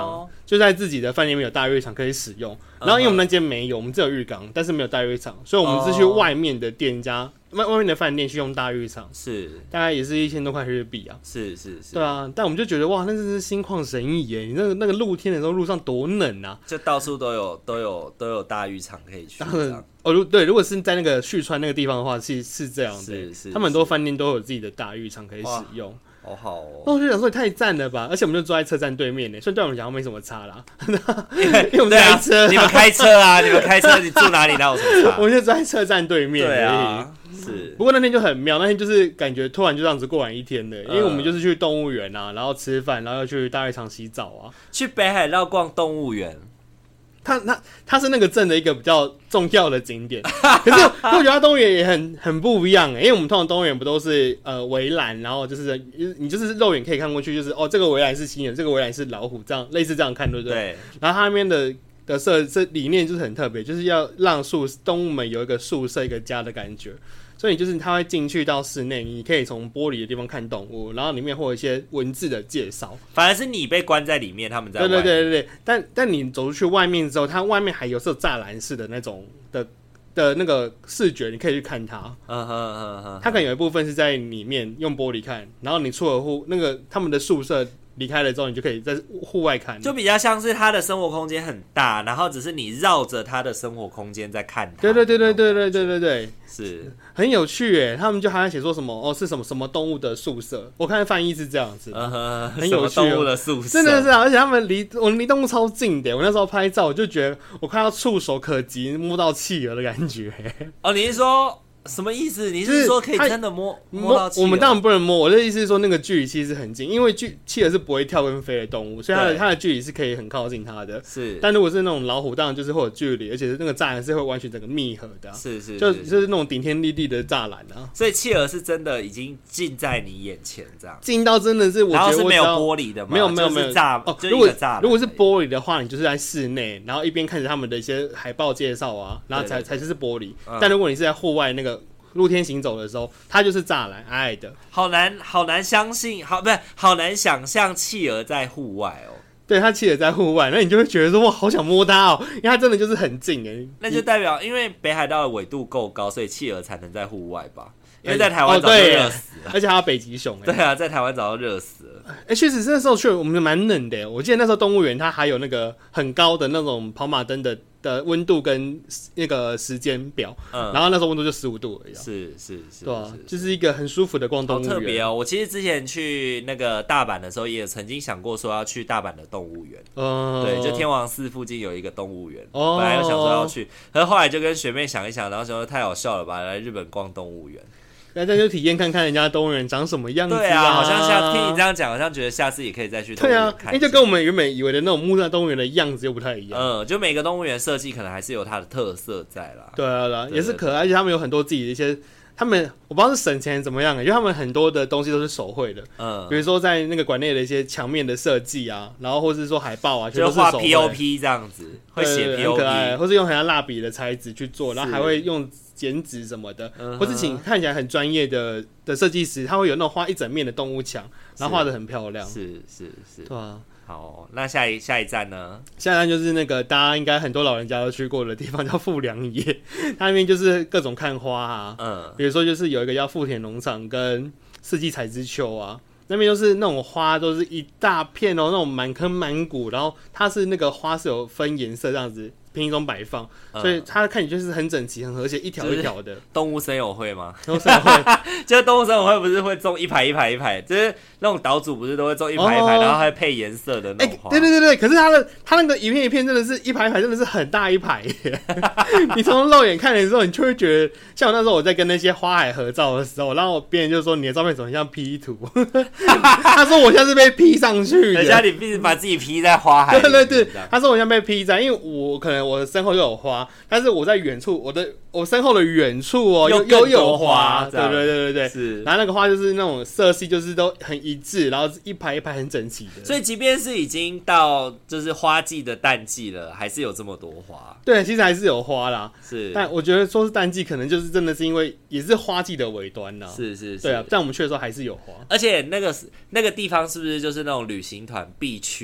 就在自己的饭店里面有大浴场可以使用。然后因为我们那间没有，我们只有浴缸，但是没有大浴场，所以我们是去外面的店家、外、外面的饭店去用大浴场， 是大概也是一千多块日币啊。 是是是， 对啊，但我们就觉得哇，那真是心旷神怡耶！你那个那个露天的时候，路上多冷啊， 就到处都有都有都有大浴场可以去。 哦，对，如果是在那个旭川那个地方的话，是是这样的， 是是， 他们很多饭店都有自己的大浴场可以使用。 好好哦， 那我就想说也太赞了吧！而且我们就坐在车站对面呢，所以对我们讲没什么差啦。因为因为我们开车、啊， 你们开车啊，你们开车，你住哪里哪有什么差？ 我们就坐在车站对面。 对啊，是。 不过那天就很妙，那天就是感觉突然就这样子过完一天的，因为我们就是去动物园啊，然后吃饭，然后又去大浴场洗澡啊， 去北海道逛动物园。 它它它是那个镇的一个比较重要的景点，可是我觉得它动物园也很很不一样哎，因为我们通常动物园不都是呃围栏，然后就是你就是肉眼可以看过去，就是哦这个围栏是犀牛，这个围栏是老虎，这样类似这样看，对不对？对。然后它那边的的设设理念就是很特别，就是要让宿动物们有一个宿舍一个家的感觉。所以就是他会进去到室内，你可以从玻璃的地方看动物，然后里面会有一些文字的介绍。 反而是你被关在里面，他们在外面。 对对对对对。但但你走出去外面之后，它外面还有是有栅栏式的那种的的那个视觉，你可以去看它。嗯哼嗯哼。它可能有一部分是在里面用玻璃看，然后你出了户那个他们的宿舍。离开了之后，你就可以在户外看， 就比较像是他的生活空间很大，然后只是你绕着他的生活空间在看他。 对对对对对对对对对， 是很有趣耶。他们就好像写说什么哦，是什么什么动物的宿舍，我看翻译是这样子，uh-huh, 很有趣、哦。 动物的宿舍， 真的是啊，而且他们离我离动物超近的。我那时候拍照，我就觉得我快要触手可及，摸到企鹅的感觉。 哦，你是说？什么意思？你是说可以真的摸摸到企鹅？ 我们当然不能摸。我的意思是说，那个距离其实很近，因为企鹅是不会跳跟飞的动物，所以它的它的距离是可以很靠近它的。是，但如果是那种老虎，当然就是会有距离，而且那个栅栏是会完全整个密合的、啊。是是，就就是那种顶天立地的栅栏啊。 所以企鹅是真的已经近在你眼前，这样近到真的是我觉得我， 然后是没有玻璃的吗？ 没有没有没有栅哦。如果如果是玻璃的话，你就是在室内，然后一边看着他们的一些海报介绍啊，然后才才就是玻璃、嗯。但如果你是在户外那个。露天行走的时候，它就是栅栏矮矮的， 好难好难相信，好不是好难想象企鹅在户外哦。 对，它企鹅在户外，那你就会觉得说哇，好想摸它哦，因为它真的就是很近哎。 那就代表因为北海道的纬度够高，所以企鹅才能在户外吧？因为在台湾早就热死了、 哦，而且还有北极熊哎。 对啊，在台湾早就热死了。 哎，确实那时候去我们蛮冷的。我记得那时候动物园它还有那个很高的那种跑马灯的。的温度跟那个时间表、嗯，然后那时候温度就十五度而已、啊， 是是是， 对啊，就是一个很舒服的逛动物园。 好特别哦！我其实之前去那个大阪的时候，也曾经想过说要去大阪的动物园，嗯，对，就天王寺附近有一个动物园、哦，本来有想说要去，可是后来就跟学妹想一想，然后想说太好笑了吧，来日本逛动物园。 大家就体验看看人家动物园长什么样子、啊。 对啊，好像下听你这样讲，好像觉得下次也可以再去动物园看。 对啊，就跟我们原本以为的那种木栅动物园的样子又不太一样。 嗯，就每个动物园设计可能还是有它的特色在啦。 对啊，对啊，也是可爱，而且他们有很多自己的一些。他们我不知道是省钱怎么样，因为他们很多的东西都是手绘的，嗯，比如说在那个馆内的一些墙面的设计啊，然后或是说海报啊， 就画 P O P 这样子，会写 P O P， 很可爱，或是用很像蜡笔的材质去做，然后还会用剪纸什么的，或是请看起来很专业的的设计师，他会有那种画一整面的动物墙，然后画得很漂亮， 是是是， 对啊。 好，那下一下一站呢？ 下一站就是那个大家应该很多老人家都去过的地方，叫富良野。它那边就是各种看花啊，嗯，比如说就是有一个叫富田农场跟四季彩之丘啊，那边就是那种花都是一大片哦，那种满坑满谷，然后它是那个花是有分颜色这样子。拼中摆放，所以它看起来就是很整齐、很和谐，一条一条的。 就是、动物森友会吗？ 动物森友会， 就是动物森友会不是会种一排一排一排，就是那种岛主不是都会种一排一排，哦、然后还配颜色的那种花。 欸、对对对对，可是它的它那个一片一片真的是一排一排，真的是很大一排耶。你从肉眼看的时候，你就会觉得，像我那时候我在跟那些花海合照的时候，然后别人就说你的照片怎么像 P 图？他说我像是被 P 上去的， 人家你必须把自己 P 在花海里。 对对对，他说我像被 P 在，因为我可能。我的身后就有花，但是我在远处，我的我身后的远处哦，又又有花，对对对对对，是。然后那个花就是那种色系，就是都很一致，然后一排一排很整齐的。 所以即便是已经到就是花季的淡季了，还是有这么多花。 对，其实还是有花啦， 是。 但我觉得说是淡季，可能就是真的是因为也是花季的尾端啦。 是是是， 对啊，在我们去的时候还是有花， 而且那个那个地方是不是就是那种旅行团必去的？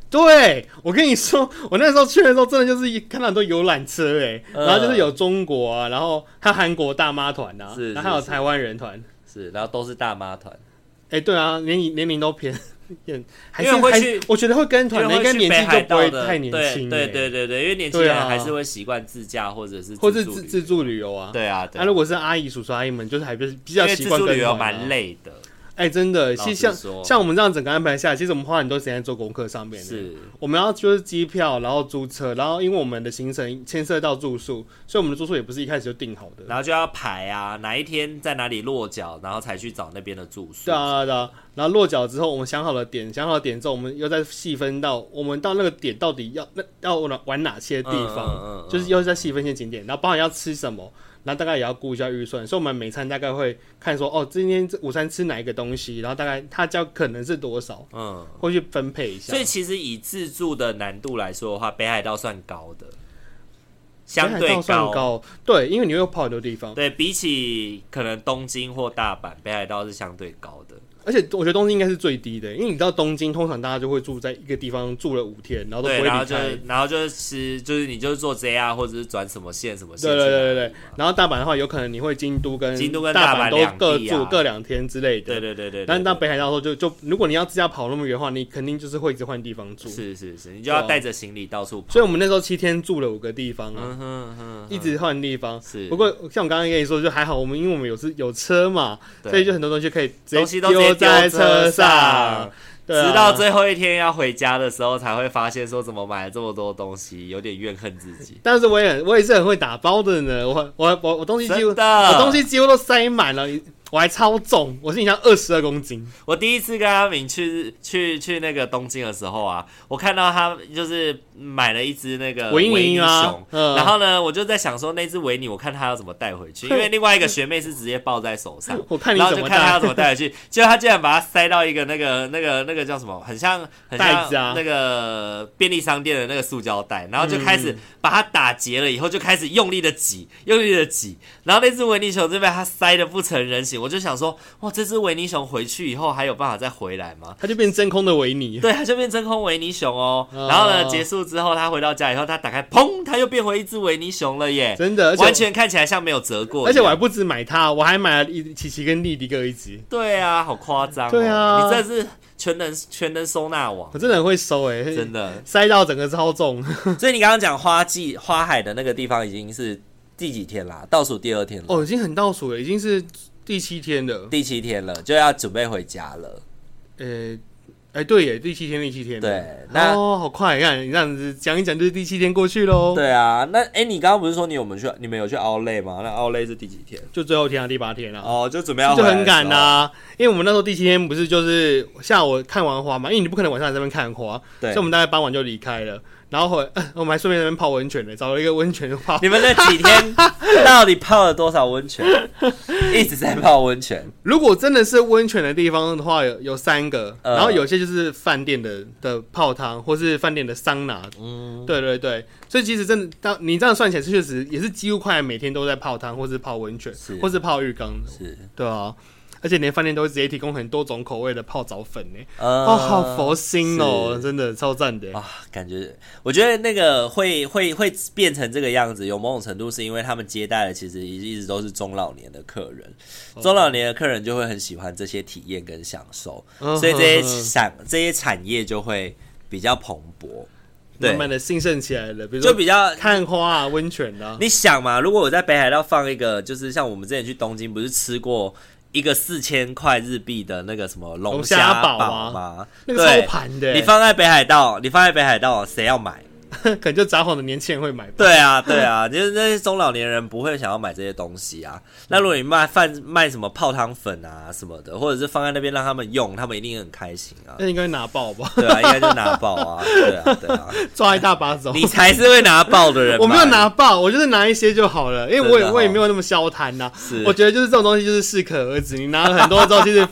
对，我跟你说，我那时候去的时候，真的就是看到很多游览车哎、呃，然后就是有中国啊，然后还有韩国大妈团啊， 是， 然后还有台湾人团， 是，然后都是大妈团。 哎、欸，对啊，年年龄都偏。还因为会去， 我觉得会跟团的应该年纪就不会太年轻、 欸。对对对对，因为年轻人还是会习惯自驾或者是自或是自自助旅游啊。 对啊， 那、啊、如果是阿姨叔叔阿姨们，就是还比比较习惯跟团、啊。因为自助旅游蛮累的。 哎、欸，真的，其实像像我们这样整个安排下来，其实我们花很多时间做功课上面。 是， 我们要就是机票，然后租车，然后因为我们的行程牵涉到住宿，所以我们的住宿也不是一开始就定好的， 然后就要排啊，哪一天在哪里落脚，然后才去找那边的住宿。 对啊，对啊。然后落脚之后，我们想好了点，想好了点之后，我们又再细分到我们到那个点到底要那要玩哪些地方，嗯嗯嗯嗯、就是又再细分些景点，然后包含要吃什么。然后大概也要估一下预算，所以我们每餐大概会看说，哦，今天午餐吃哪一个东西，然后大概它价可能是多少，嗯，会去分配一下。 所以其实以自助的难度来说的话，北海道算高的，相对 高, 算高，对，因为你会跑很多地方， 对比起可能东京或大阪，北海道是相对高的。 而且我觉得东京应该是最低的，因为你知道东京通常大家就会住在一个地方住了五天，然后都不会离开， 然后就然后就是就是你就是坐 J R 或者是转什么线什么线， 对对对对对。然后大阪的话，有可能你会京都跟京都跟大阪都各住啊、 各两天之类的， 对对对 对, 对。 但到北海道的时候就就如果你要自驾跑那么远的话，你肯定就是会一直换地方住， 是是是，你就要带着行李到处跑。 所以我们那时候七天住了五个地方啊， 嗯哼哼一直换地方。 是。 不过像我刚刚跟你说，就还好，我们因为我们有是有车嘛，所以就很多东西可以直接丢在车上。 上对啊、 直到最后一天要回家的时候，才会发现说怎么买了这么多东西，有点怨恨自己。 但是我也我也是很会打包的呢，我我我我东西几乎我东西几乎都塞满了。我还超重，我是你像二十二公斤。 我第一次跟阿明去去去那个东京的时候啊，我看到他就是买了一只那个维尼熊、啊嗯，然后呢，我就在想说那只维尼，我看他要怎么带回去，因为另外一个学妹是直接抱在手上， 我看你然后就看他要怎么带回去，结果他竟然把它塞到一个那个那个那个叫什么，很像很像那个便利商店的那个塑胶袋，然后就开始把它打结了，以后就开始用力的挤，用力的挤，然后那只维尼熊这边它塞的不成人形。我就想说，哇，这只维尼熊回去以后还有办法再回来吗？ 它就变真空的维尼， 对，它就变真空维尼熊哦。哦然后呢，结束之后，他回到家以后，他打开，砰，它又变回一只维尼熊了耶！ 真的， 完全看起来像没有折过。 而且我还不止买它，我还买了琪琪跟弟弟各一只。 对啊，好夸张、哦！ 对啊， 你这是全能全能收纳网， 我真的很会收哎、欸， 真的塞到整个超重。 所以你刚刚讲花季花海的那个地方已经是第几天啦？倒数第二天了。 哦，已经很倒数了，已经是。第七天了， 第七天了，就要准备回家了。 呃、欸，哎、欸，对耶，第七天，第七天。 对，那哦，好快！你看，你这样子讲一讲，就是第七天过去喽。 对啊，那哎、欸，你刚刚不是说你有没有去？你们有去Outlet吗？那Outlet是第几天？ 就最后一天啊，第八天啊。 哦，就准备要回来就很赶啊，因为我们那时候第七天不是就是下午看完花嘛，因为你不可能晚上在这边看花， 对， 所以我们大概傍晚就离开了。然后回、呃，我们还顺便在那边泡温泉呢，找了一个温泉泡。 你们那几天到底泡了多少温泉？一直在泡温泉。 如果真的是温泉的地方的话，有有三个， 呃、 然后有些就是饭店的的泡汤，或是饭店的桑拿。嗯，对对对，所以其实真的，当你这样算起来，确实也是几乎快每天都在泡汤，或是泡温泉，或是泡浴缸。 是， 对啊。而且连饭店都会直接提供很多种口味的泡澡粉呢、欸，呃、哦，好佛心哦，真的超赞的啊！感觉我觉得那个会会会变成这个样子，有某种程度是因为他们接待的其实一直都是中老年的客人，哦、中老年的客人就会很喜欢这些体验跟享受，哦、所以这些产这些产业就会比较蓬勃。 慢慢的兴盛起来了，比如说就比较看花啊、温泉啊。 你想嘛，如果我在北海道放一个，就是像我们之前去东京，不是吃过一个四千块日币的那个什么龙虾堡吗？ 那个超盘的、欸。 你放在北海道，你放在北海道，谁要买？ 可能就札幌的年轻人会买吧。 对啊，对啊，就是那些中老年人不会想要买这些东西啊。那如果你卖饭卖什么泡汤粉啊什么的，或者是放在那边让他们用，他们一定很开心啊。 那应该拿爆吧？ 对啊，应该就拿爆啊。对啊，对啊， 抓一大把走。 你才是会拿爆的人。 我没有拿爆，我就是拿一些就好了，因为我也我也没有那么消贪呐。我觉得就是这种东西就是适可而止。你拿了很多之后，其实放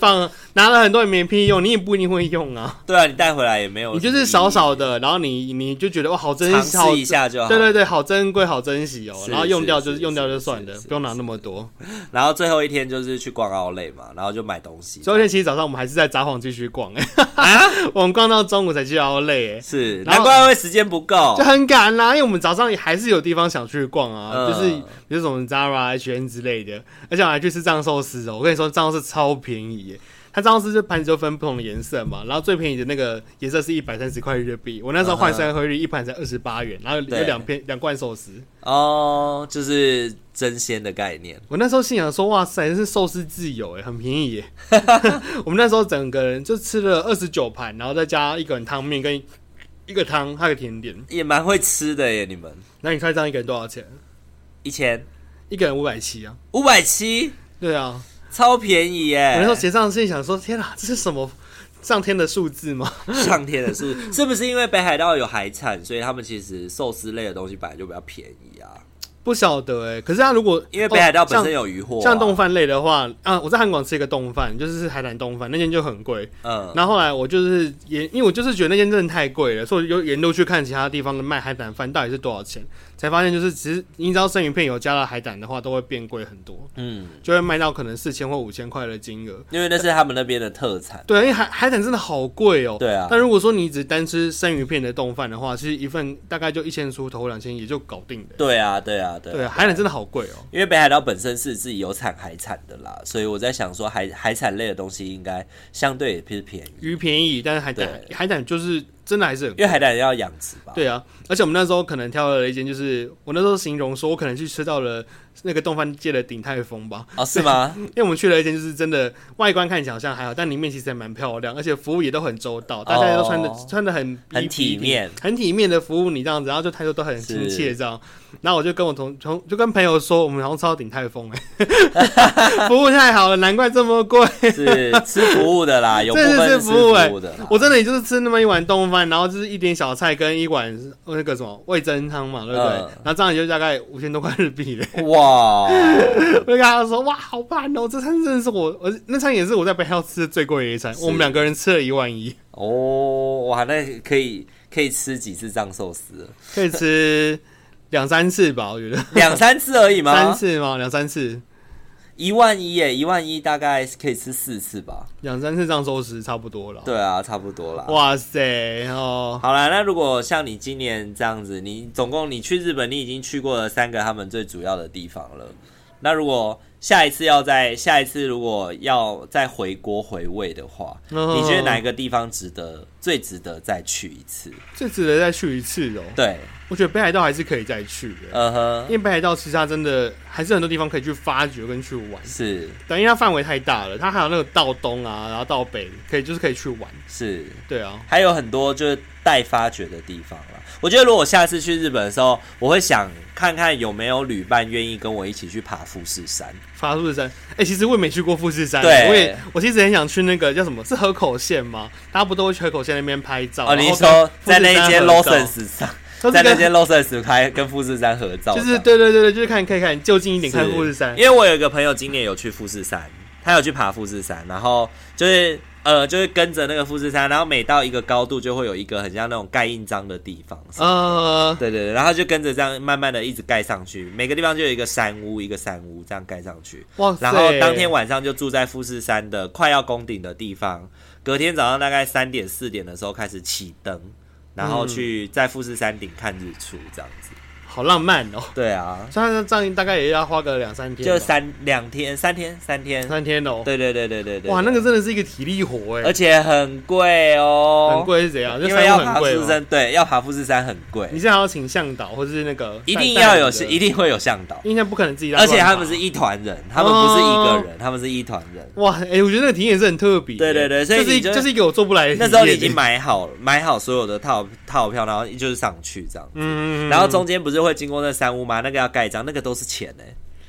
拿了很多也没屁用，你也不一定会用啊。 对啊，你带回来也没有， 你就是少少的，然后你你就觉得哇，好珍惜， 尝试一下就好。 对对对，好珍贵，好珍惜哦。然后用掉就是用掉就算了，不用拿那么多。 然后最后一天就是去逛奥莱嘛，然后就买东西。 最后一天其实早上我们还是在札幌继续逛哎、欸，啊，我们逛到中午才去奥莱哎， 是，难怪会时间不够， 就很赶啦、啊，因为我们早上还是有地方想去逛啊，嗯、就是比如什么 Zara、H and M 之类的，而且我还去吃藏寿司哦，我跟你说藏寿司超便宜耶。它藏寿司就盘子就分不同的颜色嘛，然后最便宜的那个颜色是一百三十块日币，我那时候换算汇率一盘才二十八元，然后有两片两罐寿司哦，就是真鲜的概念。 我那时候心想说，哇塞，这是寿司自由哎，很便宜耶。我们那时候整个人就吃了二十九盘，然后再加一个人汤面跟一个汤，还有甜点， 也蛮会吃的耶，你们。 那你猜这样一个人多少钱？ 一千， 一个人五百七啊， 五百七， 对啊。 超便宜耶！ 我那时候结账心想说：“天哪，这是什么上天的数字吗？” 上天的数字是不是因为北海道有海产，所以他们其实寿司类的东西本来就比较便宜啊？ 不晓得哎、欸，可是他如果因为北海道本身有渔获、啊哦， 像冻饭类的话啊，我在韩国吃一个冻饭，就是海胆冻饭，那间就很贵。嗯，然后后来我就是研，因为我就是觉得那间真的太贵了，所以我就沿路去看其他地方的卖海胆饭到底是多少钱，才发现就是其实你知道生鱼片有加了海胆的话，都会变贵很多。嗯，就会卖到可能四千或五千块的金额， 因为那是他们那边的特产。 对，因为海海胆真的好贵哦、喔。 对啊。 但如果说你只单吃生鱼片的冻饭的话，其实一份大概就一千出头或两千也就搞定的。 对啊，对啊，对啊。 对啊，海胆真的好贵哦、喔。 因为北海道本身是自己有产海产的啦，所以我在想说海海产类的东西应该相对也是便宜。 鱼便宜，但是海胆海胆就是真的还是很贵， 因为海胆要养殖吧。 对啊，而且我们那时候可能挑了一间，就是我那时候形容说，我可能去吃到了那个冻饭界的鼎泰丰吧。 哦，是吗？ 因为我们去了一间，就是真的外观看起来好像还好，但里面其实还蛮漂亮，而且服务也都很周到，大家都穿的、哦、穿的很很体面， 很体面的服务你这样子，然后就态度都很亲切这样。然后我就跟我同同就跟朋友说，我们好像吃到鼎泰丰哎，服务太好了，难怪这么贵。 是吃服务的啦，有部分是吃服务的啦。 我真的也就是吃那么一碗冻饭，然后就是一点小菜跟一碗那个什么味噌汤嘛，对不对？嗯、然后这样也就大概五千多块日币嘞。哇！我就跟他说，哇，好棒哦！这餐真的是我，我那餐也是我在北海道吃的最贵的一餐。我们两个人吃了一万一。 哦，哇，那可以可以吃几次藏寿司了？ 可以吃两三次吧，我觉得。 两三次而已吗？ 三次吗？两三次。 一万一耶，一万一大概可以吃四次吧， 两三次藏寿司差不多了。 对啊，差不多啦。 哇塞哦！ 好啦，那如果像你今年这样子，你总共你去日本，你已经去过了三个他们最主要的地方了。那如果下一次要在下一次如果要再回国回味的话，哦、你觉得哪一个地方值得最值得再去一次？ 最值得再去一次哦。 对。 我觉得北海道还是可以再去的，嗯哼，因为北海道其实它真的还是很多地方可以去发掘跟去玩， 是， 等于它范围太大了，它还有那个到东啊，然后到北，可以就是可以去玩， 是， 对啊， 还有很多就是待发掘的地方啦。我觉得如果下次去日本的时候，我会想看看有没有旅伴愿意跟我一起去爬富士山。 爬富士山，哎、欸，其实我也没去过富士山， 对， 我也我其实很想去那个叫什么，是河口县吗？大家不都会去河口县那边拍照？ 哦，你说在那一间 Lawson's 上。在那间 Lawson's 开跟富士山合照， 就是对对对对，就是看可以看就近一点看富士山。 因为我有一个朋友今年有去富士山，他有去爬富士山，然后就是呃就是跟着那个富士山，然后每到一个高度就会有一个很像那种盖印章的地方，呃，对对对，然后就跟着这样慢慢的一直盖上去，每个地方就有一个山屋一个山屋这样盖上去，哇塞！然后当天晚上就住在富士山的快要攻顶的地方，隔天早上大概三点四点的时候开始起灯。然后去在富士山顶看日出，这样子， 好浪漫哦。 对啊， 所以这样大概也要花个两三天， 就三两天、三天、三天、 三天哦。 对对对对对对， 哇，那个真的是一个体力活哎， 而且很贵哦。 很贵是怎样？ 因为要爬富士山，对，要爬富士山很贵。 你现在要请向导，或是那个一定要有，一定会有向导， 应该不可能自己。 而且他们是一团人，他们不是一个人，他们是一团人。 哇，哎、欸，我觉得那个体验是很特别。 对对对，所以就是就是一个我做不来的体验。 那时候你已经买好买好所有的套套票，然后就是上去这样子。嗯，然后中间不是会经过那山屋吗？那个要盖章，那个都是钱哎、欸。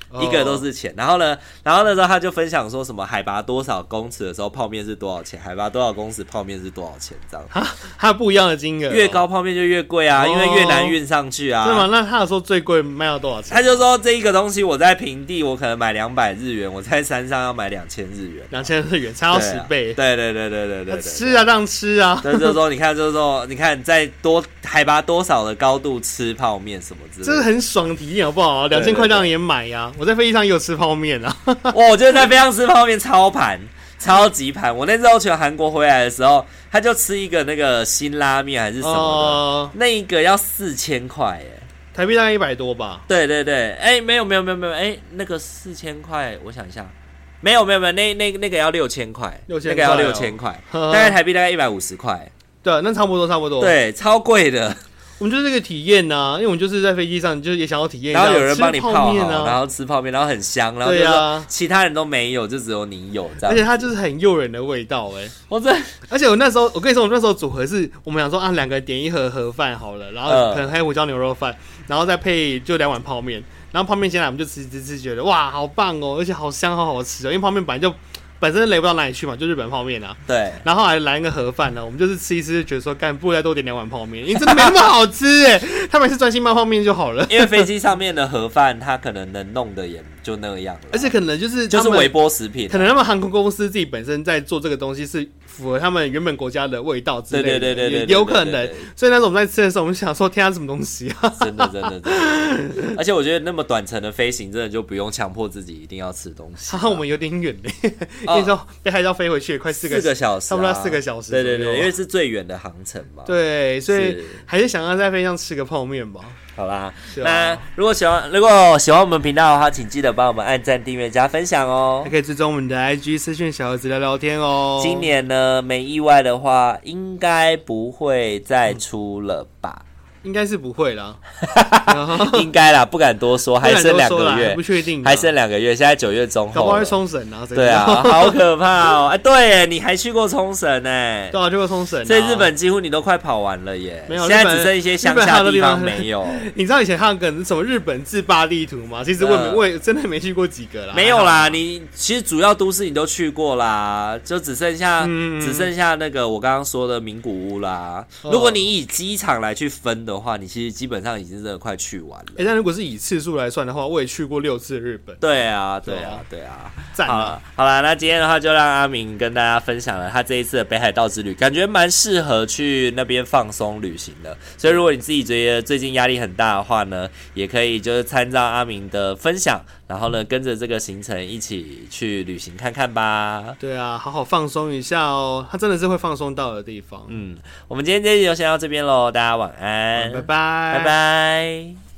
一个都是钱。然后呢，然后那时候他就分享说什么海拔多少公尺的时候泡面是多少钱，海拔多少公尺泡面是多少钱这样。 哈，还有不一样的金额、哦， 越高泡面就越贵啊，因为越难运上去啊。 对吗？那他有说最贵卖到多少钱？ 他就说这一个东西我在平地我可能买两百日元，我在山上要买两千日元， 两千日元差到十倍。 对对对对对对对， 吃啊，让吃啊。 对，就是说你看，就是说你看在多海拔多少的高度吃泡面什么之类的， 这是很爽的体验，好不好？两千块让人也买呀、啊！我在飞机上也有吃泡面啊。 哇，我觉得在飞机上吃泡面超盘。超级盘！我那时候从韩国回来的时候，他就吃一个那个辛拉面还是什么的，哦、那一个要四千块耶， 台币大概一百多吧。 对对对，哎、欸，没有没有没有没有，哎、欸，那个四千块，我想一下，没有没有没有，那那那个要六千块， 六千那个要六千块，大概台币大概一百五十块。 对，那差不多差不多。 对，超贵的。 我们就是这个体验呐、啊，因为我们就是在飞机上，就是也想要体验一下， 然后有人帮你泡好， 啊、 然后吃泡面，然后很香，然后就是说其他人都没有，就只有你有这样。 而且它就是很诱人的味道哎、欸， 我这， 而且我那时候，我跟你说，我那时候组合是我们想说啊，两个人点一盒盒饭好了，然后可能黑胡椒牛肉饭，然后再配就两碗泡面，然后泡面先来，我们就吃吃吃，觉得哇，好棒哦，而且好香，好好吃哦，因为泡面本来就。本身雷不到哪里去嘛，就日本泡面啊。 对。 然后还来一个盒饭呢，我们就是吃一吃，就觉得说，干不如再多点两碗泡面，因为真的没那么好吃哎。他们是专心卖泡面就好了。 因为飞机上面的盒饭，它可能能弄的也就那样了。 而且可能就是就是微波食品、啊， 可能他们航空公司自己本身在做这个东西是符合他们原本国家的味道之类的， 对对对对对， 有可能。所以那时候我们在吃的时候，我们想说，天啊，什么东西啊？ 真的真的真的。而且我觉得那么短程的飞行，真的就不用强迫自己一定要吃东西。 哈、啊，我们有点远嘞。跟你说，北海道飞回去也快四个四个小时、啊， 差不多四个小时。 对对对，因为是最远的航程嘛。 对，所以还是想要在飞机上吃个泡面吧。 好啦，那如果喜欢如果喜欢我们频道的话，请记得帮我们按赞、订阅、加分享哦。 还可以追踪我们的 I G 私讯小盒子聊聊天哦。 今年呢，没意外的话，应该不会再出了吧？ 应该是不会啦， 应该啦，不敢多说，还剩两个月， 不确定， 还剩两个月，现在九月中后， 搞不好会冲绳啊， 对啊，好可怕哦！哎，对耶，你还去过冲绳哎？ 对啊，去过冲绳， 所以日本几乎你都快跑完了耶， 没有， 现在只剩一些乡下地方没有。 你知道以前还有个什么日本制霸地图吗？其实我也我也真的没去过几个啦， 没有啦，你其实主要都市你都去过啦，就只剩下只剩下那个我刚刚说的名古屋啦。如果你以机场来去分的话，你其实基本上已经真的快去完了。 哎、欸，但如果是以次数来算的话，我也去过六次日本。 对啊，对啊，对啊。 赞好了，好了，那今天的话就让阿明跟大家分享了他这一次的北海道之旅，感觉蛮适合去那边放松旅行的。所以如果你自己觉得最近压力很大的话呢，也可以就是参照阿明的分享，然后呢跟着这个行程一起去旅行看看吧。 对啊，好好放松一下哦，它真的是会放松到的地方。 嗯，我们今天这一集就先到这边喽，大家晚安， 拜拜， 拜拜。